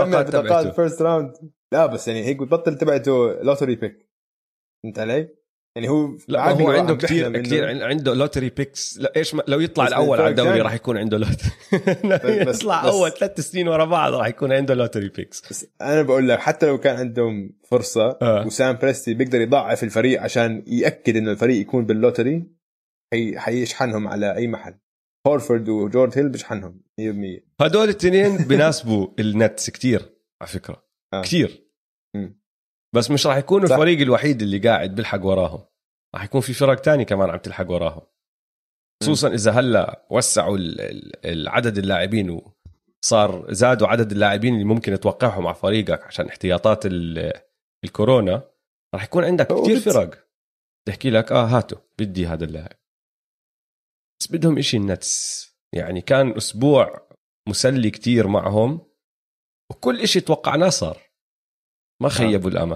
البطاقات فيرست راوند. لا بس يعني هيك بتبطل تبعته لوتري بيك، انت علي؟ يعني هو لا هو عنده كتير عنده لوتري بيكس. لا ايش لو يطلع الاول على الدوري راح يكون عنده لوتري. يطلع اول 3 سنين ورا بعض راح يكون عنده لوتري بيكس. بس انا بقول لك حتى لو كان عندهم فرصه وسام بريستي بيقدر يضاعف الفريق عشان ياكد انه الفريق يكون باللوتري، حيشحنهم على اي محل. هورفورد وجورد هيل بيشحنهم 100%. هدول الاثنين بناسبوا النتس كتير على فكره كتير. بس مش راح يكونوا الفريق الوحيد اللي قاعد بيلحق وراهم، راح يكون في فرق تاني كمان عم تلحق وراهم، خصوصا إذا هلا وسعوا العدد اللاعبين وصار زادوا عدد اللاعبين اللي ممكن توقعهم مع فريقك عشان احتياطات الكورونا. راح يكون عندك كتير فرق تحكي لك هاتوا بدي هذا اللاعب. بس بدهم إشي النتس، يعني كان أسبوع مسلي كتير معهم وكل إشي توقعناه صار، ما خيبوا الأمل.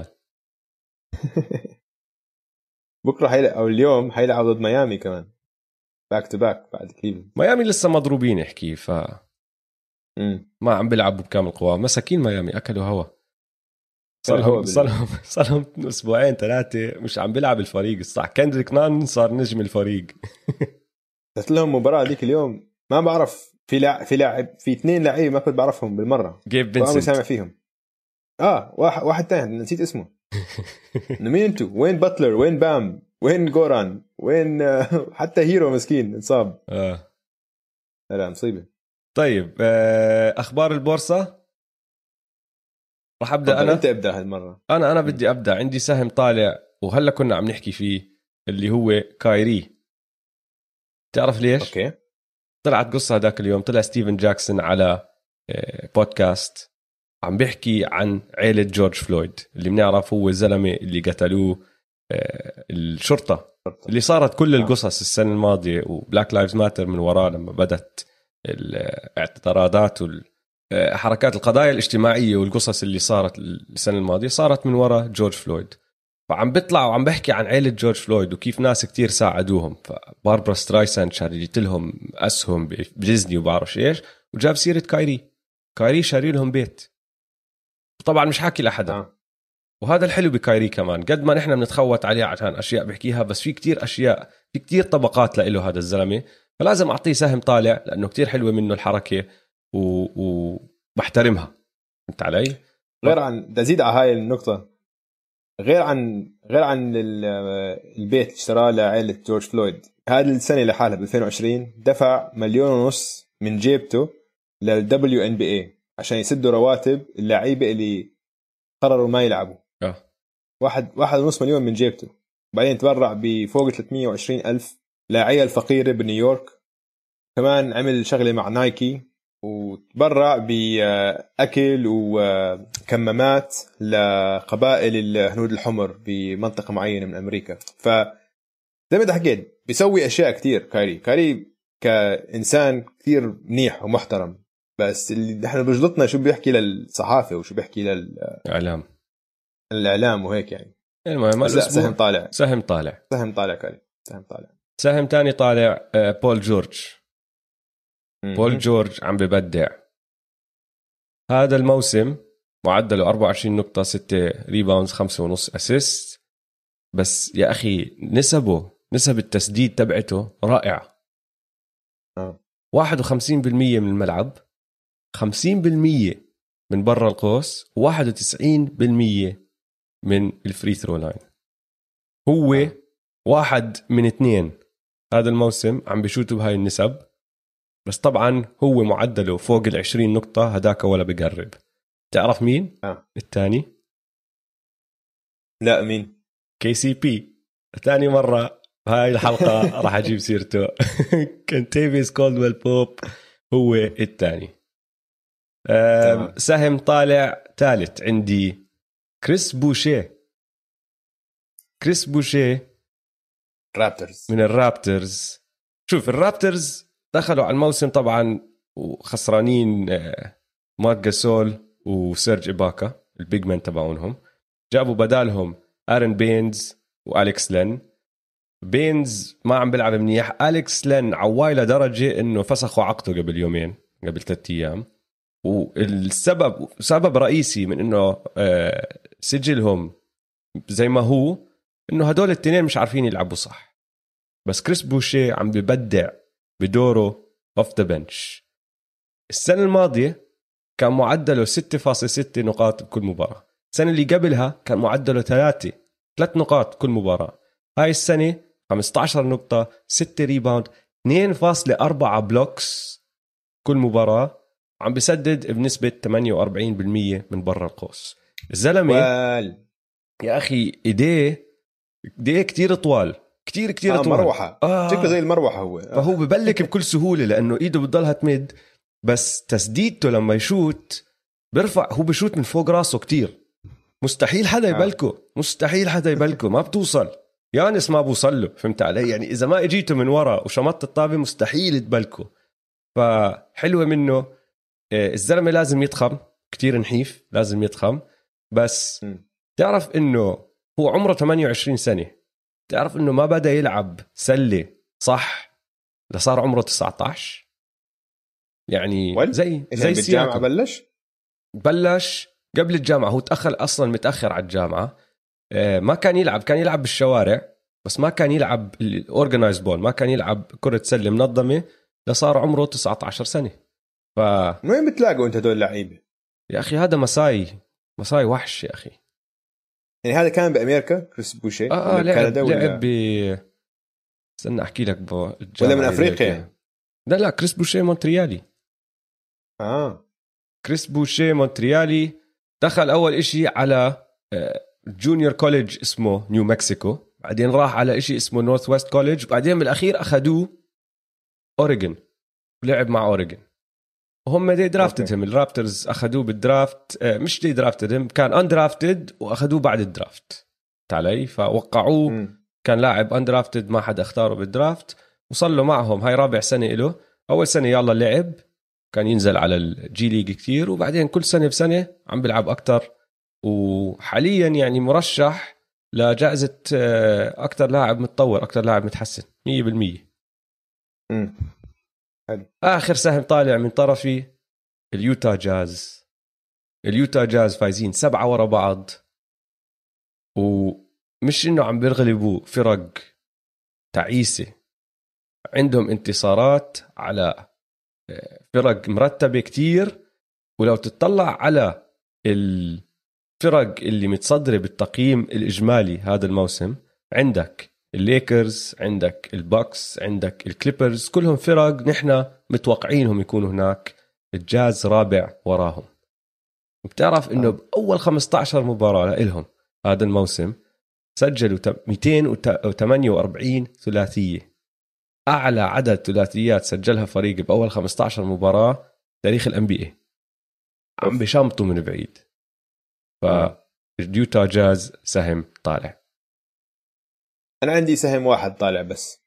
بكرة أو اليوم حيلعبوا ضد ميامي كمان باك تو باك بعد كليفلاند. ميامي لسه مضروبين احكي ما عم بيلعبوا بكامل قوام. مساكين ميامي أكلوا هوا. صارهم أسبوعين 3 مش عم بيلعب الفريق الصح. كندريك نان صار نجم الفريق. قلت لهم مباراة ديك اليوم ما بعرف في لاعب في 2 لاعبين ما كنت بعرفهم بالمرة. جيب فينسنت سامع فيهم. واحد تاني نسيت اسمه. مين انتو؟ وين باتلر؟ وين بام؟ وين جوران؟ وين حتى هيرو مسكين انصاب. لا مصيبة. طيب أخبار البورصة راح أبدأ أنا. أنت أبدأ هالمرة. أنا بدي أبدأ. عندي سهم طالع وهلأ كنا عم نحكي فيه اللي هو كايري. تعرف ليش؟ أوكي. طلعت قصة هذاك اليوم، طلع ستيفن جاكسون على بودكاست عم بيحكي عن عيلة جورج فلويد اللي بنعرف هو الزلمة اللي قتلوه الشرطة اللي صارت كل القصص السنة الماضية وبلاك لايفز ماتر من وراء لما بدت الاعتراضات والحركات القضايا الاجتماعية والقصص اللي صارت السنة الماضية صارت من وراء جورج فلويد. فعم بيطلع وعم بحكي عن عيلة جورج فلويد وكيف ناس كتير ساعدوهم. فباربرا سترايساند شاريت لهم أسهم بديزني وبعرفش إيش، وجاب سيرة كايري شاري لهم بيت. طبعا مش حاكي لأحدا. وهذا الحلو بكايري كمان، قد ما نحن بنتخوت عليه عشان أشياء بحكيها، بس في كتير أشياء، في كتير طبقات لإله هذا الزلمة، فلازم أعطيه سهم طالع لأنه كتير حلوة منه الحركة وبحترمها. انت علي؟ غير عن دزيد على هاي النقطة، غير عن البيت اللي اشتراه لعائلة جورج فلويد هذه السنة لحالها ب 2020 دفع 1.5 مليون من جيبته للWNBA عشان يسدوا رواتب اللاعيبة اللي قرروا ما يلعبوا. 1.5 مليون من جيبته. بعدين تبرع بفوق 320,000 لعيال فقيرة بنيويورك. كمان عمل شغلة مع نايكي وتبرع بأكل وكمامات لقبائل الهنود الحمر بمنطقة معينة من أمريكا. زي ما انت حكيت بيسوي أشياء كتير. كايري كإنسان كتير منيح ومحترم، بس اللي نحن بجلطنا شو بيحكي للصحافة وشو بيحكي الإعلام وهيك يعني. المهم سهم طالع كايري. سهم طالع. سهم تاني طالع بول جورج عم ببدع هذا الموسم، معدله 24 نقطة 6 ريباوندز 5.5 أسيست. بس يا أخي نسب التسديد تبعته رائعة. 51% من الملعب، 50% من برا القوس، 91% من الفري ثرو لاين. هو 1 من 2 هذا الموسم عم بيشوتوا بهاي النسب. بس طبعا هو معدله فوق 20 نقطة، هداك ولا بقرب. تعرف مين؟ الثاني؟ لا مين؟ KCP. ثاني مرة هاي الحلقة راح أجيب سيرته. كنتيفيس كولدويل بوب هو الثاني. سهم طالع ثالث عندي كريس بوشيه رابترز من الرابترز. شوف الرابترز دخلوا على الموسم طبعا وخسرانين مارك جاسول وسيرج إباكا البيج مان تبعونهم. جابوا بدالهم آرن بينز وأليكس لين. بينز ما عم بيلعب منيح. أليكس لين عواي لدرجة إنه فسخوا عقده قبل 3 أيام. والسبب سبب رئيسي من إنه سجلهم زي ما هو انه هدول التنين مش عارفين يلعبوا صح. بس كريس بوشي عم ببدع بدوره اوف ذا بنش. السنة الماضية كان معدله 6.6 نقاط بكل مباراة. السنة اللي قبلها كان معدله 3 نقاط كل مباراة. هاي السنة 15 نقطة، 6 ريباوند، 2.4 بلوكس كل مباراة. عم بسدد بنسبة 48% من برا القوس. الزلمة يا أخي إيديه كتير طوال، كتير طوال، مروحة شكله زي المروحة هو. فهو ببلك بكل سهولة لأنه إيده بتضلها تمد، بس تسديدته لما يشوت برفع، هو بشوت من فوق راسه كتير. مستحيل حدا يبلكه، مستحيل حدا يبلكه، ما بتوصل. يانس ما بوصل له، فهمت علي؟ يعني إذا ما اجيته من ورا وشمطت الطابة مستحيل تبلكه. فحلوة منه. الزلمة لازم يضخم كتير، نحيف، لازم يضخم. بس تعرف إنه هو عمره 28 سنة، تعرف إنه ما بدأ يلعب سلة صح لصار عمره 19. يعني زي بالجامعة بلش قبل الجامعة. هو تأخر أصلا، متأخر على الجامعة. ما كان يلعب، كان يلعب بالشوارع بس ما كان يلعب الأورجنايز بول، ما كان يلعب كرة سلة منظمة لصار عمره 19 سنة. وين بتلاقوا انت دول اللعيبة يا أخي؟ هذا مساي وحش يا أخي. يعني هذا كان بأمريكا كريس بوشي لعب استنى أحكي لك ولا من أفريقيا؟ لا كريس بوشي مونتريالي. كريس بوشي مونتريالي. دخل أول إشي على جونيور كوليج اسمه نيو مكسيكو، بعدين راح على إشي اسمه نورث ويست كوليج، بعدين بالأخير أخدوه أوريغون، لعب مع أوريغون. وهم دي درافتدهم الرابترز، أخدوه بالدرافت. مش دي درافتدهم، كان أندرافتد وأخدوه بعد الدرافت تعالي، فوقعوه. كان لاعب أندرافتد، ما حد اختاره بالدرافت، وصل له معهم. هاي رابع سنة له. أول سنة يلا لعب، كان ينزل على الجي ليج كتير، وبعدين كل سنة بسنة عم بلعب أكتر. وحاليا يعني مرشح لجائزة أكتر لاعب متطور، أكتر لاعب متحسن 100%. آخر سهم طالع من طرفي اليوتا جاز فايزين 7 ورا بعض، ومش إنه عم بيغلبوا فرق تعيسة، عندهم انتصارات على فرق مرتبة كتير. ولو تطلع على الفرق اللي متصدرة بالتقييم الإجمالي هذا الموسم، عندك الليكرز، عندك البوكس، عندك الكليبرز، كلهم فرق نحن متوقعينهم يكونوا هناك. الجاز رابع وراهم. وبتعرف إنه بأول 15 مباراة لهم هذا الموسم سجلوا 248 ثلاثية، أعلى عدد ثلاثيات سجلها فريق بأول 15 مباراة تاريخ NBA. عم بشمطوا من بعيد. فاليوتا جاز سهم طالع. أنا عندي سهم واحد طالع بس،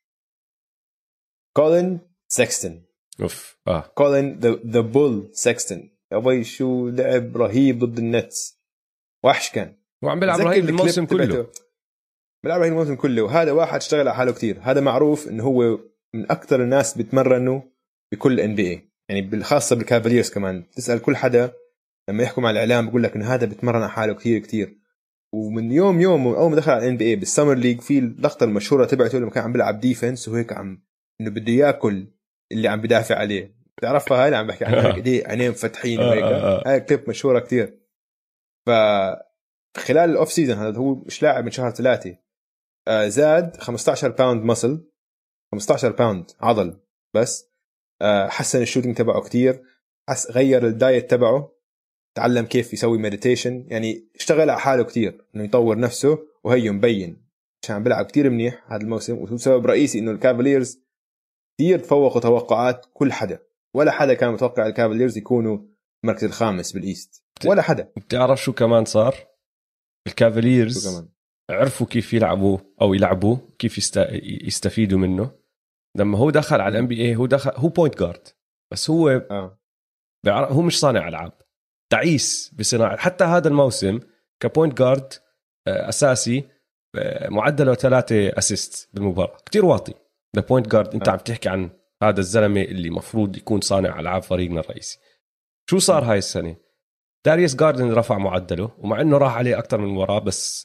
كولين سكستن. كولين ذا بول سكستن. أبوي شو لعب رهيب ضد النتس، وحش كان، وعم بيلعب رهيب الموسم كله، بيلعب رهيب الموسم كله. وهذا واحد اشتغل على حاله كتير. هذا معروف إنه هو من أكتر الناس بيتمرنوا بكل NBA، يعني بالخاصة بالكافاليرز. كمان تسأل كل حدا لما يحكوا مع الإعلام بيقول لك إنه هذا بيتمرن على حاله كتير. ومن يوم أول ما دخل على NBA بالسمر ليج، في اللقطة المشهورة تبعته لما كان عم بيلعب ديفنس وهيك إنه بده ياكل اللي عم بدافع عليه. تعرفها هاي اللي عم بحكي عنها كده، عينين فتحين وهيك. هاي كليب مشهورة كتير. فخلال الأوف سيزن هذا، هو مش لاعب من شهر 3، زاد 15 باوند مسل، 15 باوند عضل بس. حسن الشوتينج تبعه كتير، غير الدايت تبعه، تعلم كيف يسوي مديتيشن، يعني اشتغل على حاله كتير انه يطور نفسه. وهي مبين عشان بيلعب كتير منيح هذا الموسم. وسبب رئيسي انه الكافاليرز كتير تفوقوا توقعات كل حدا. ولا حدا كان متوقع الكافاليرز يكونوا المركز الخامس بالايست، ولا حدا. بتعرف شو كمان صار؟ الكافاليرز عرفوا كيف يلعبوا او يلعبوا كيف يستفيدوا منه. لما هو دخل على NBA، هو بوينت جارد، بس هو هو مش صانع العاب، تعيس بصناعة. حتى هذا الموسم كبوينت جارد أساسي معدله 3 أسيست بالمباراة، كتير واطي لبوينت جارد. انت عم تحكي عن هذا الزلمة اللي مفروض يكون صانع ألعاب فريقنا الرئيسي. شو صار هاي السنة؟ داريوس جاردن رفع معدله، ومع انه راح عليه أكتر من مباراة، بس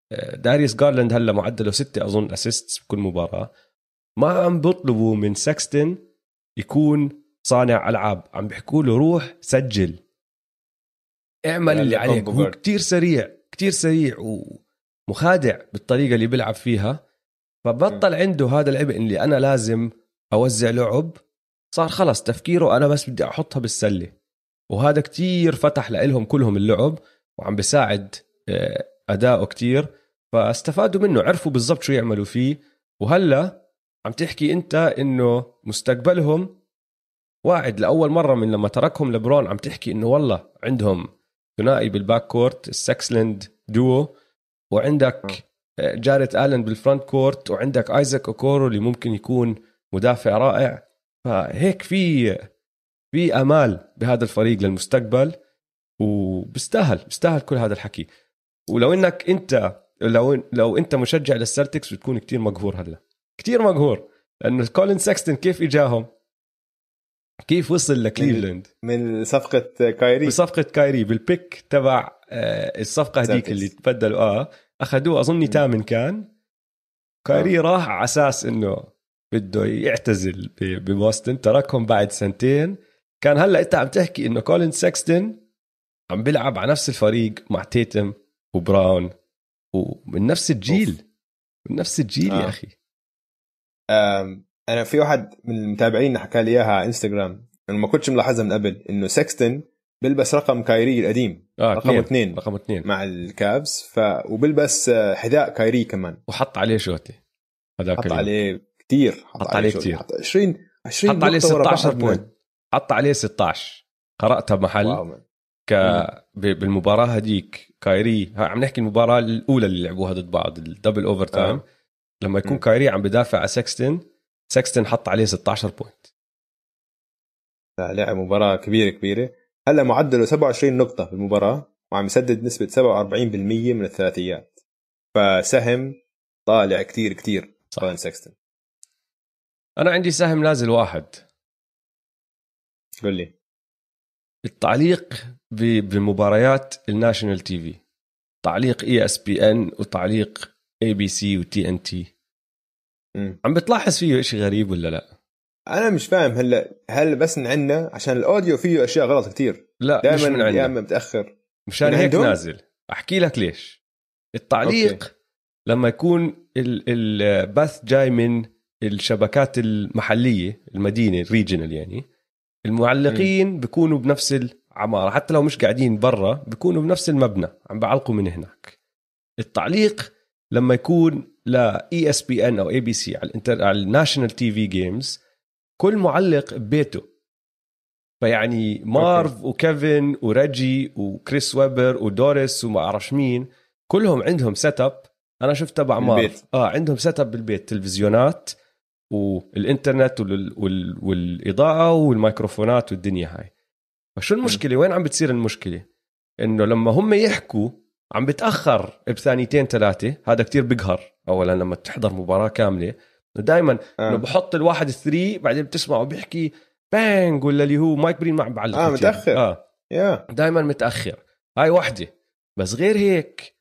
داريوس جارلاند هلا معدله 6 اظن اسيستس بكل مباراه. ما عم بيطلبوا من ساكستن يكون صانع العاب، عم بيحكوا له روح سجل اعمل اللي عليك. هو كتير سريع ومخادع بالطريقه اللي بيلعب فيها، فبطل عنده هذا العبء اللي انا لازم اوزع لعب. صار خلص تفكيره انا بس بدي احطها بالسله، وهذا كتير فتح لهم كلهم اللعب وعم بيساعد اداؤه كتير، فاستفادوا منه، عرفوا بالضبط شو يعملوا فيه. وهلا عم تحكي انت انه مستقبلهم واعد لأول مرة من لما تركهم لبرون. عم تحكي انه والله عندهم ثنائي بالباك كورت، السكسلند دوو، وعندك جاريت آلن بالفرونت كورت، وعندك آيزاك أوكورو اللي ممكن يكون مدافع رائع. فهيك في أمال بهذا الفريق للمستقبل، وبستاهل كل هذا الحكي. ولو انك انت لو انت مشجع للسلتكس بتكون كتير مقهور، هلا كتير مقهور، لانه كولين ساكستون كيف اجاهم، كيف وصل لكليفلاند من صفقة كايري، بصفقة كايري بالبيك تبع الصفقة هديك اللي تبدلوا أخذوه أظني تامن كان. كايري راح على أساس إنه بده يعتزل ببوسطن، تركهم بعد 2 سنين. كان هلأ أنت عم تحكي إنه كولين ساكستون عم بيلعب على نفس الفريق مع تيتم وبراون ومن نفس الجيل. من نفس الجيل يا أخي. أنا في واحد من المتابعين حكى لي إياها على إنستغرام، أنا ما كنتش ملاحظها من قبل، إنه ساكستون بلبس رقم كايري القديم، رقم 2 مع الكابز، وبلبس حذاء كايري كمان، وحط عليه شوتي. حط عليه كتير، حط عليه كتير، حط 20 حط عليه 16 بوينت، حط عليه 16. قرأتها بمحل بالمباراة هديك كايري. عم نحكي المباراة الأولى اللي لعبوها ضد بعض، الدبل أوفر تايم. لما يكون كايري عم بدافع على ساكستون حط عليه 16 بوينت. لعب مباراة كبيرة. هلا معدله 27 نقطة في المباراة، وعم يسدد نسبة 47% من الثلاثيات، فسهم طالع كتير كولين ساكستون. أنا عندي سهم نازل واحد. قل لي. التعليق بمباريات الناشونال تي في، تعليق ESPN وتعليق ABC وTNT. عم بتلاحظ فيه إشي غريب ولا لا؟ أنا مش فاهم. هل بس عنا عشان الأوديو فيه أشياء غلط كتير؟ لا دائما مش من عنا، دائما متأخر. مشان هيك نازل. أحكي لك ليش. التعليق أوكي. لما يكون البث جاي من الشبكات المحلية المدينة الريجنال، يعني المعلقين بيكونوا بنفس العمارة، حتى لو مش قاعدين برا بيكونوا بنفس المبنى عم بعلقوا من هناك. التعليق لما يكون لا ESPN أو ABC على الناشونال تي في جيمز، كل معلق ببيته. فيعني مارف وكيفن وريجي وكريس ويبر ودوريس وما أعرفش مين، كلهم عندهم سيت اب. أنا شفت تبع مارف عندهم سيت اب بالبيت، تلفزيونات والإنترنت والإضاءة والميكروفونات والدنيا هاي. فشو المشكلة؟ وين عم بتصير المشكلة؟ إنه لما هم يحكوا عم بتأخر بثانيتين 3. هذا كتير بقهر. أولا لما تحضر مباراة كاملة دايما إنه بحط الواحد 3 بعدين بتسمعه بيحكي بانج، ولا اللي هو مايك برين ما عم بعلق متأخر. دايما متأخر. هاي واحدة. بس غير هيك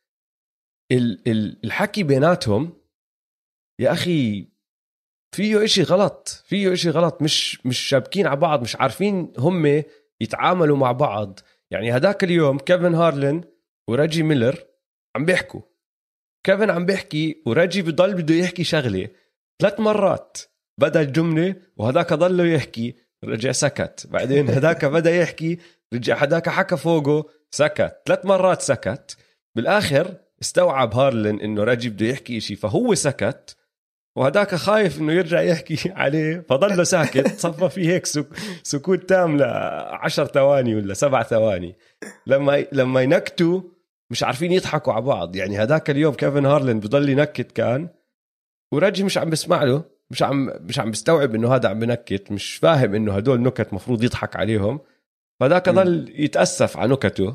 الحكي بيناتهم يا أخي فيه إشي غلط. مش شابكين على بعض، مش عارفين هم يتعاملوا مع بعض. يعني هداك اليوم كيفن هارلن وريجي ميلر عم بيحكوا، كيفن عم بيحكي وريجي بده يحكي شغلة 3 مرات، بدأ الجملة وهداك ضله يحكي، رجع سكت. بعدين هداك بدأ يحكي، رجع هداك حكى فوقه، سكت 3 مرات، سكت. بالآخر استوعب هارلن إنه ريجي بده يحكي إشي، فهو سكت، وهداك خايف إنه يرجع يحكي عليه فضله ساكت. صفى فيه هيك سكوت تام ل10 ثواني ولا 7 ثواني. لما ينكتوا مش عارفين يضحكوا على بعض. يعني هداك اليوم كيفن هارلن بضل ينكت كان، ورجي مش عم بسمع له، مش عم بستوعب إنه هذا عم بنكت، مش فاهم إنه هدول نكت مفروض يضحك عليهم. فهداك ضل يتأسف على نكته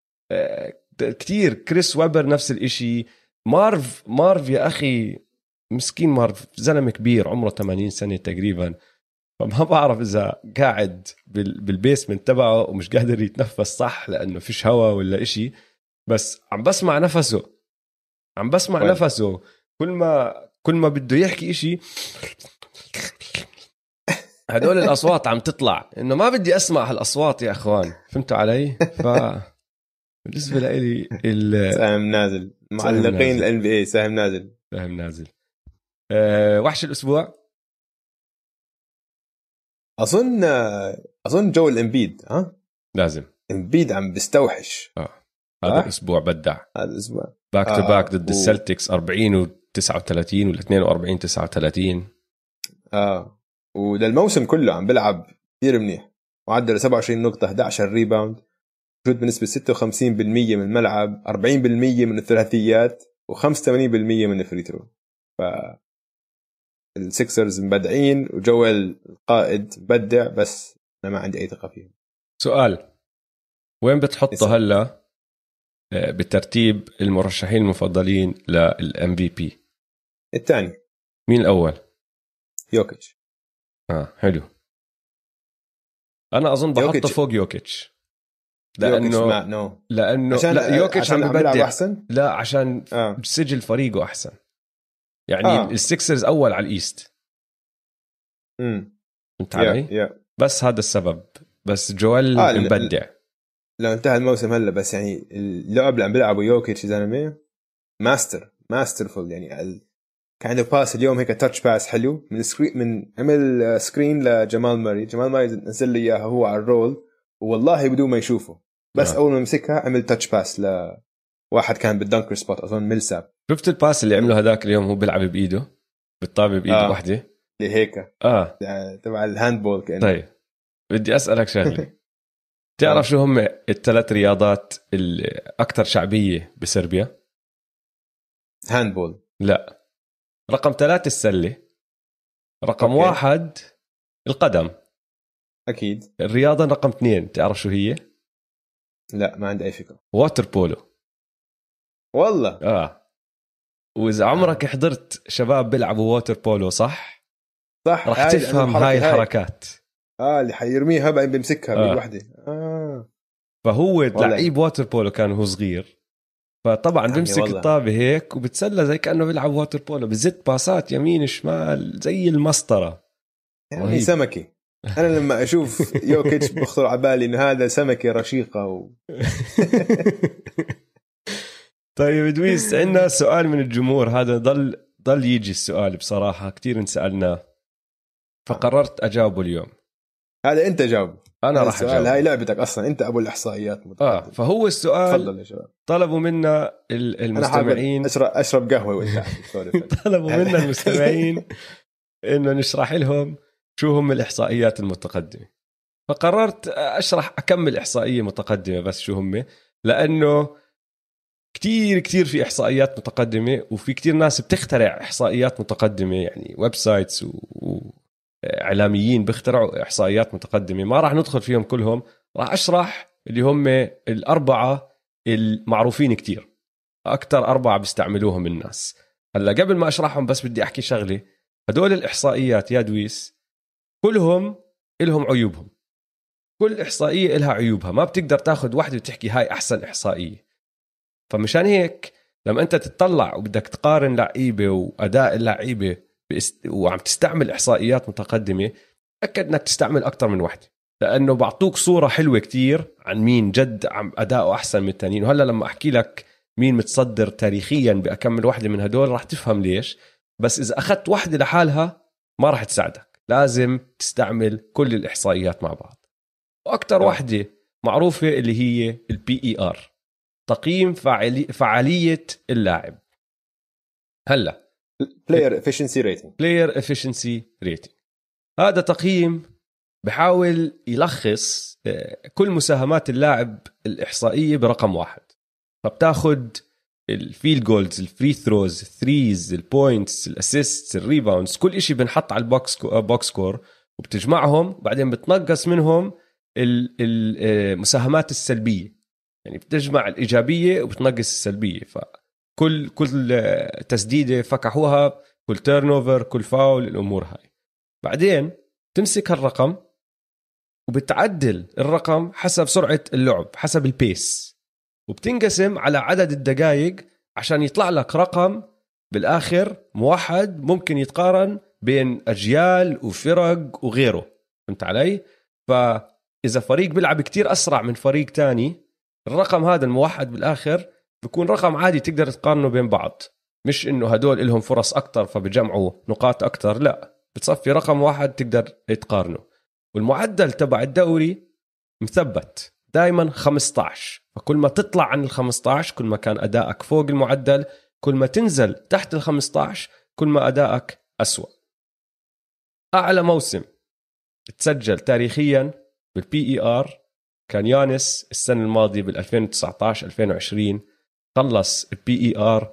كتير. كريس ويبر نفس الإشي. مارف يا أخي مسكين، مارف زلمة كبير عمره 80 سنة تقريبا، فما بعرف إذا قاعد بالبيسمنت تبعه ومش قادر يتنفس صح لأنه فيش هوا ولا إشي، بس عم بسمع نفسه عم بسمع نفسه كل ما بده يحكي إشي هدول الأصوات عم تطلع، إنه ما بدي أسمع هالأصوات يا أخوان، فهمتوا علي؟ بالنسبة لي سهم نازل، معلقين ال NBA سهم نازل. وحش الأسبوع أظن جو الإمبيد. لازم إمبيد عم بيستوحش. هذا الأسبوع بدع، هذا الأسبوع باك تو باك ضد السلتكس 40 و39 ولا 42 39. وللموسم كله عم بلعب كثير منيح، معدل 27 نقطة، 11 ريباوند، موجود بنسبة 56% من الملعب، 40% من الثلاثيات، و85% من الفري ثرو. السكسرز مبدعين، وجوال القائد مبدع، بس أنا ما عندي أي ثقة فيهم. سؤال، وين بتحطه هلا بترتيب المرشحين المفضلين للام بي بي؟ الثاني. مين الأول؟ يوكيتش. حلو. أنا أظن بحطه فوق يوكيتش، لأنه لا يوكيتش عم ببدع أحسن. لا عشان سجل فريقه أحسن، يعني السكسرز أول على الإيست. انت علي؟ بس هذا السبب. بس جوال مبدع. لو انتهى الموسم هلا، بس يعني اللعب اللي عم بيلعبوا يوكيتش زلمه ماسترفول، يعني كان باس اليوم هيك تاتش باس حلو من سكرين، من عمل سكرين لجمال ماري. جمال ماري نزل لي اياها هو على الرول، والله بدون ما يشوفه، بس اول ما مسكها عمل تاتش باس لواحد كان بالدنكر سبوت، اظن ميلساب. شفت الباس اللي عمله هذاك اليوم؟ هو بيلعب بايده، بالطابه بايده واحده اللي هيك تبع الهاندبول كأنه. طيب بدي اسالك شغله. تعرف شو هم الثلاث رياضات الاكثر شعبيه بصربيا؟ هاندبول لا. رقم 3 السله، رقم 1 القدم اكيد. الرياضه رقم 2 تعرف شو هي؟ لا ما عندي اي فكره. ووتر بولو. والله واذا عمرك حضرت شباب بيلعبوا ووتر بولو صح رح تفهم هاي الحركات. اللي حيرميها بعدين بيمسكها بالوحده. فهو لعيب ووتر بولو كان وهو صغير، فطبعا بيمسك الطابه هيك وبتسلى زي كانه بيلعب ووتر بولو، بزت باسات يمين شمال زي المسطره، يعني سمكه. انا لما اشوف يوكيتش بخطر على بالي انه هذا سمكه رشيقه طيب دويس، عندنا سؤال من الجمهور، هذا ضل يجي السؤال بصراحه كتير انسالناه، فقررت اجاوبه اليوم. هذا انت جاوب. انا راح اجاوب. هاي لعبتك اصلا، انت ابو الاحصائيات متقدم. فهو السؤال. تفضل يا شباب. طلبوا منا المستمعين، انا اشرب قهوه وانت طلبوا منا المستمعين انه نشرح لهم شو هم الاحصائيات المتقدمه، فقررت اكمل احصائيه متقدمه بس شو هم، لانه كتير في احصائيات متقدمه، وفي كتير ناس بتخترع احصائيات متقدمه، يعني ويب سايتس اعلاميين بيخترعوا احصائيات متقدمه. ما راح ندخل فيهم كلهم، راح اشرح اللي هم الاربعه المعروفين كتير، اكتر 4 بيستعملوهم الناس. هلا قبل ما اشرحهم بس بدي احكي شغله. هدول الاحصائيات يا دويس كلهم إلهم عيوبهم، كل احصائيه إلها عيوبها، ما بتقدر تاخذ واحده وتحكي هاي احسن احصائيه. فمشان هيك لما انت تطلع وبدك تقارن لعيبه واداء اللعيبه وعم تستعمل احصائيات متقدمه، تاكد انك تستعمل اكثر من واحده، لانه بعطوك صوره حلوه كتير عن مين جد عم اداؤه احسن من الثانيين. وهلا لما احكي لك مين متصدر تاريخيا باكمل واحده من هدول راح تفهم ليش. بس اذا اخذت واحده لحالها ما راح تساعدك، لازم تستعمل كل الاحصائيات مع بعض. واكثر واحده معروفه اللي هي الPER، تقييم فعاليه اللاعب. هلا Player Efficiency Rating. هذا تقييم بحاول يلخص كل مساهمات اللاعب الإحصائية برقم واحد. فبتاخد الفيلد جولز، الفري ثروز، الثريز، البوينتس، الاسيستس، الريباوندز، كل إشي بنحط على البوكس سكور وبتجمعهم، بعدين بتنقص منهم المساهمات السلبية، يعني بتجمع الإيجابية وبتنقص السلبية. كل تسديدة فكحوها، كل تيرنوفر، كل فاول، الأمور هاي. بعدين تمسك الرقم وبتعدل الرقم حسب سرعة اللعب، حسب البيس، وبتنقسم على عدد الدقائق عشان يطلع لك رقم بالآخر موحد ممكن يتقارن بين أجيال وفرق وغيره. فهمت علي؟ فإذا فريق بيلعب كتير أسرع من فريق تاني، الرقم هذا الموحد بالآخر بيكون رقم عادي تقدر تقارنه بين بعض، مش إنه هدول إلهم فرص أكتر فبجمعوا نقاط أكتر، لا، بتصفي رقم واحد تقدر تقارنه. والمعدل تبع الدوري مثبت دايما 15، فكل ما تطلع عن 15 كل ما كان أدائك فوق المعدل، كل ما تنزل تحت 15 كل ما أدائك أسوأ. أعلى موسم تسجل تاريخيا بالبي اي ار كان يانس السنة الماضية بال2019-2020، خلص البي اي ار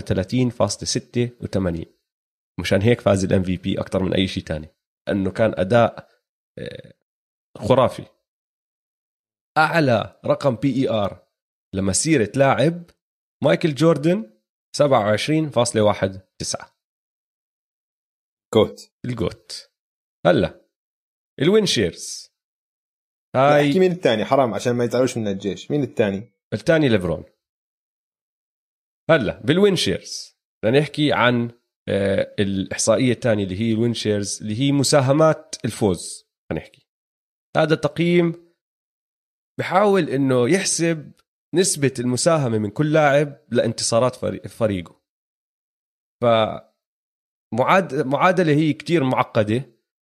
31.86، مشان هيك فاز الام في بي أكتر من أي شيء تاني، لأنه كان أداء خرافي. أعلى رقم بي اي ار لمسيرة لاعب مايكل جوردن 27.19. جوت الجوت. هلا الوين شيرز هاي. احكي مين الثاني حرام عشان ما يزعلوش من الجيش. مين الثاني؟ الثاني ليبرون. هلا بالوين شيرز لنحكي عن الإحصائية الثانية اللي هي الوين شيرز، اللي هي مساهمات الفوز. هنحكي هذا تقييم بحاول انه يحسب نسبة المساهمة من كل لاعب لانتصارات فريقه. فمعادلة هي كتير معقدة،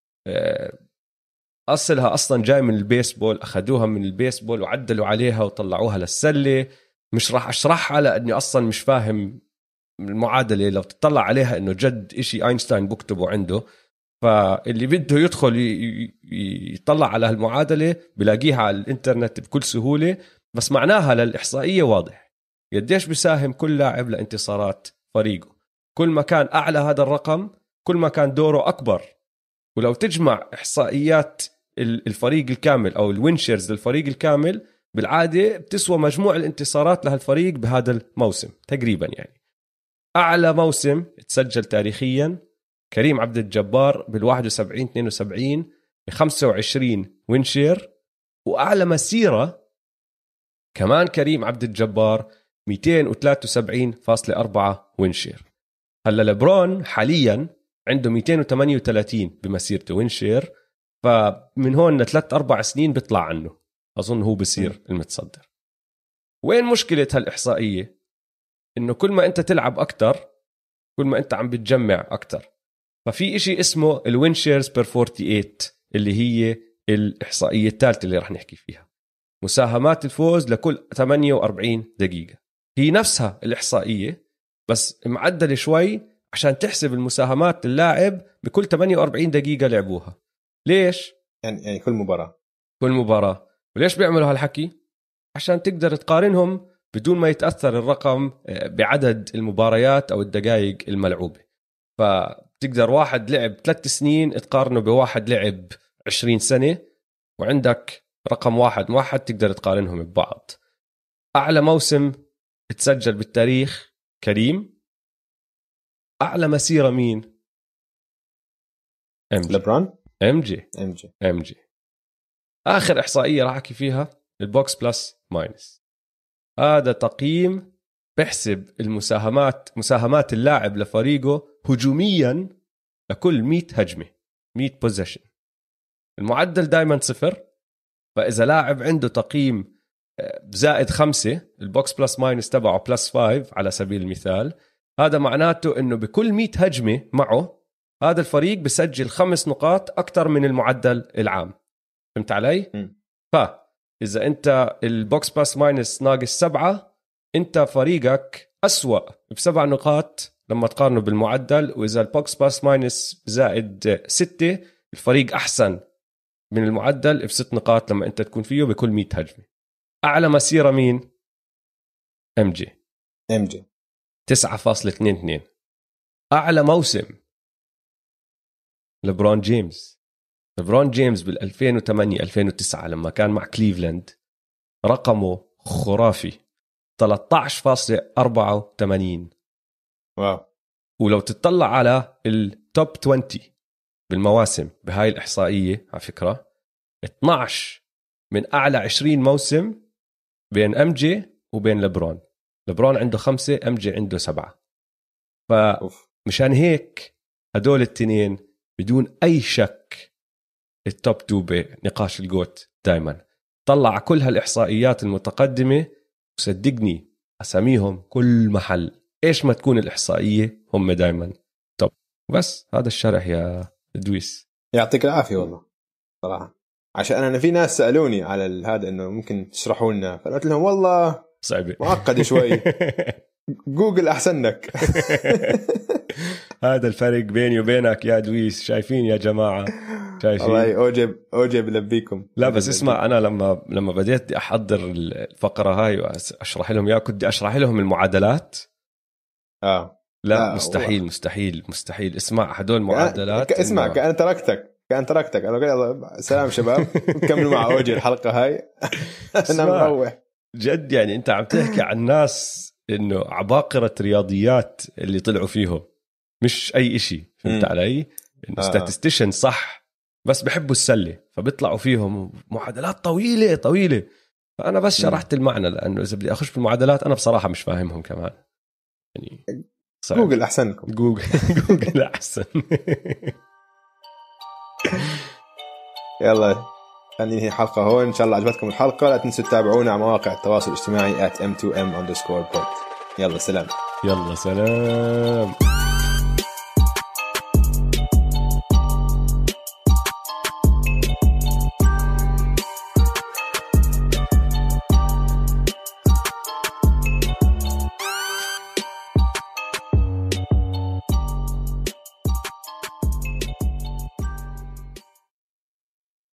أصلها أصلا جاي من البيسبول، أخذوها من البيسبول وعدلوا عليها وطلعوها للسلة. مش راح أشرحها لأني أصلا مش فاهم المعادلة، لو تطلع عليها إنه جد إشي أينشتاين بكتبه عنده، فاللي بده يدخل يطلع على المعادلة بلاقيها على الإنترنت بكل سهولة. بس معناها للإحصائية واضح قديش بيساهم كل لاعب لانتصارات فريقه. كل ما كان أعلى هذا الرقم كل ما كان دوره أكبر. ولو تجمع إحصائيات الفريق الكامل أو الوينشيرز للفريق الكامل، بالعادة بتسوى مجموع الانتصارات لهالفريق بهذا الموسم تقريبا. يعني أعلى موسم تسجل تاريخيا كريم عبد الجبار بال71-72 ب25 وينشير، وأعلى مسيرة كمان كريم عبد الجبار 273.4 وينشير. هلا لبرون حاليا عنده 238 بمسيرته وينشير، فمن هون ل3-4 سنين بيطلع عنه، أظن هو بصير المتصدر. وين مشكلة هالإحصائية؟ إنه كل ما أنت تلعب أكتر كل ما أنت عم بتجمع أكتر. ففي إشي اسمه الوينشيرز بير 48 اللي هي الإحصائية الثالثة اللي رح نحكي فيها، مساهمات الفوز لكل 48 دقيقة. هي نفسها الإحصائية بس معدلة شوي عشان تحسب المساهمات اللاعب بكل 48 دقيقة لعبوها. ليش؟ يعني كل مباراة. وليش بيعملوا هالحكي؟ عشان تقدر تقارنهم بدون ما يتأثر الرقم بعدد المباريات أو الدقائق الملعوبة. فتقدر واحد لعب 3 سنين تقارنه بواحد لعب 20 سنة، وعندك رقم واحد تقدر تقارنهم ببعض. أعلى موسم تسجل بالتاريخ كريم. أعلى مسيرة مين؟ لبران. ام جي. آخر إحصائية راح أحكي فيها البوكس بلس ماينس. هذا تقييم بحسب مساهمات اللاعب لفريقه هجوميا لكل 100 هجمة، 100 بوزيشن. المعدل دايما 0، فإذا لاعب عنده تقييم زائد 5 البوكس بلس ماينس تبعه بلس 5 على سبيل المثال، هذا معناته إنه بكل 100 هجمة معه هذا الفريق بسجل 5 نقاط أكتر من المعدل العام. فهمت علي؟ فإذا أنت البوكس بلس ماينس ناقص 7، أنت فريقك أسوأ ب7 نقاط لما تقارنه بالمعدل. وإذا البوكس بلس ماينس زائد 6 الفريق أحسن من المعدل ب6 نقاط لما أنت تكون فيه بكل 100 هجمة. أعلى مسيرة مين؟ ام جي 9.22. أعلى موسم لبرون جيمس بال2008-2009 لما كان مع كليفلاند رقمه خرافي 13.84. واو. ولو تطلع على التوب 20 بالمواسم بهاي الإحصائية على فكرة 12 من أعلى 20 موسم بين ام جي وبين لبرون. لبرون عنده 5 MJ عنده 7. فمشان هيك هدول التنين بدون أي شك التوب 2 بنقاش الجوت دايما. طلع كل هالإحصائيات المتقدمة وصدقني أساميهم كل محل، إيش ما تكون الإحصائية هم دايما توب. بس هذا الشرح يا دويس. يعطيك العافية والله صراحة، عشان أنا في ناس سألوني على هذا إنه ممكن تشرحوا لنا، فقلت لهم والله صعبة معقد شوي جوجل أحسنك. هذا الفرق بيني وبينك يا دويس، شايفين يا جماعة شايفين. والله أوجب لبيكم. لا بس اسمع، أنا لما بديت أحضر الفقرة هاي وأشرح لهم يا كنت أشرح لهم المعادلات. لا مستحيل مستحيل مستحيل. اسمع هدول معادلات. اسمع كأن تركتك أنا سلام شباب كملوا مع أوجي الحلقة هاي. أنا مروح جد. يعني أنت عم تحكي عن ناس إنه عباقرة رياضيات اللي طلعوا فيهم، مش أي إشي. فهمت علي؟ إنه ستاتستيشن صح، بس بحبوا السلة فبيطلعوا فيهم معادلات طويلة. فأنا بس شرحت المعنى، لأنه إذا بدي أخش بالمعادلات أنا بصراحة مش فاهمهم كمان. يعني صعب. جوجل أحسنكم. جوجل أحسن. يلا خلينا الحلقة هون. إن شاء الله عجبتكم الحلقة. لا تنسوا تتابعونا على مواقع التواصل الاجتماعي @m2m_pod. يلا سلام.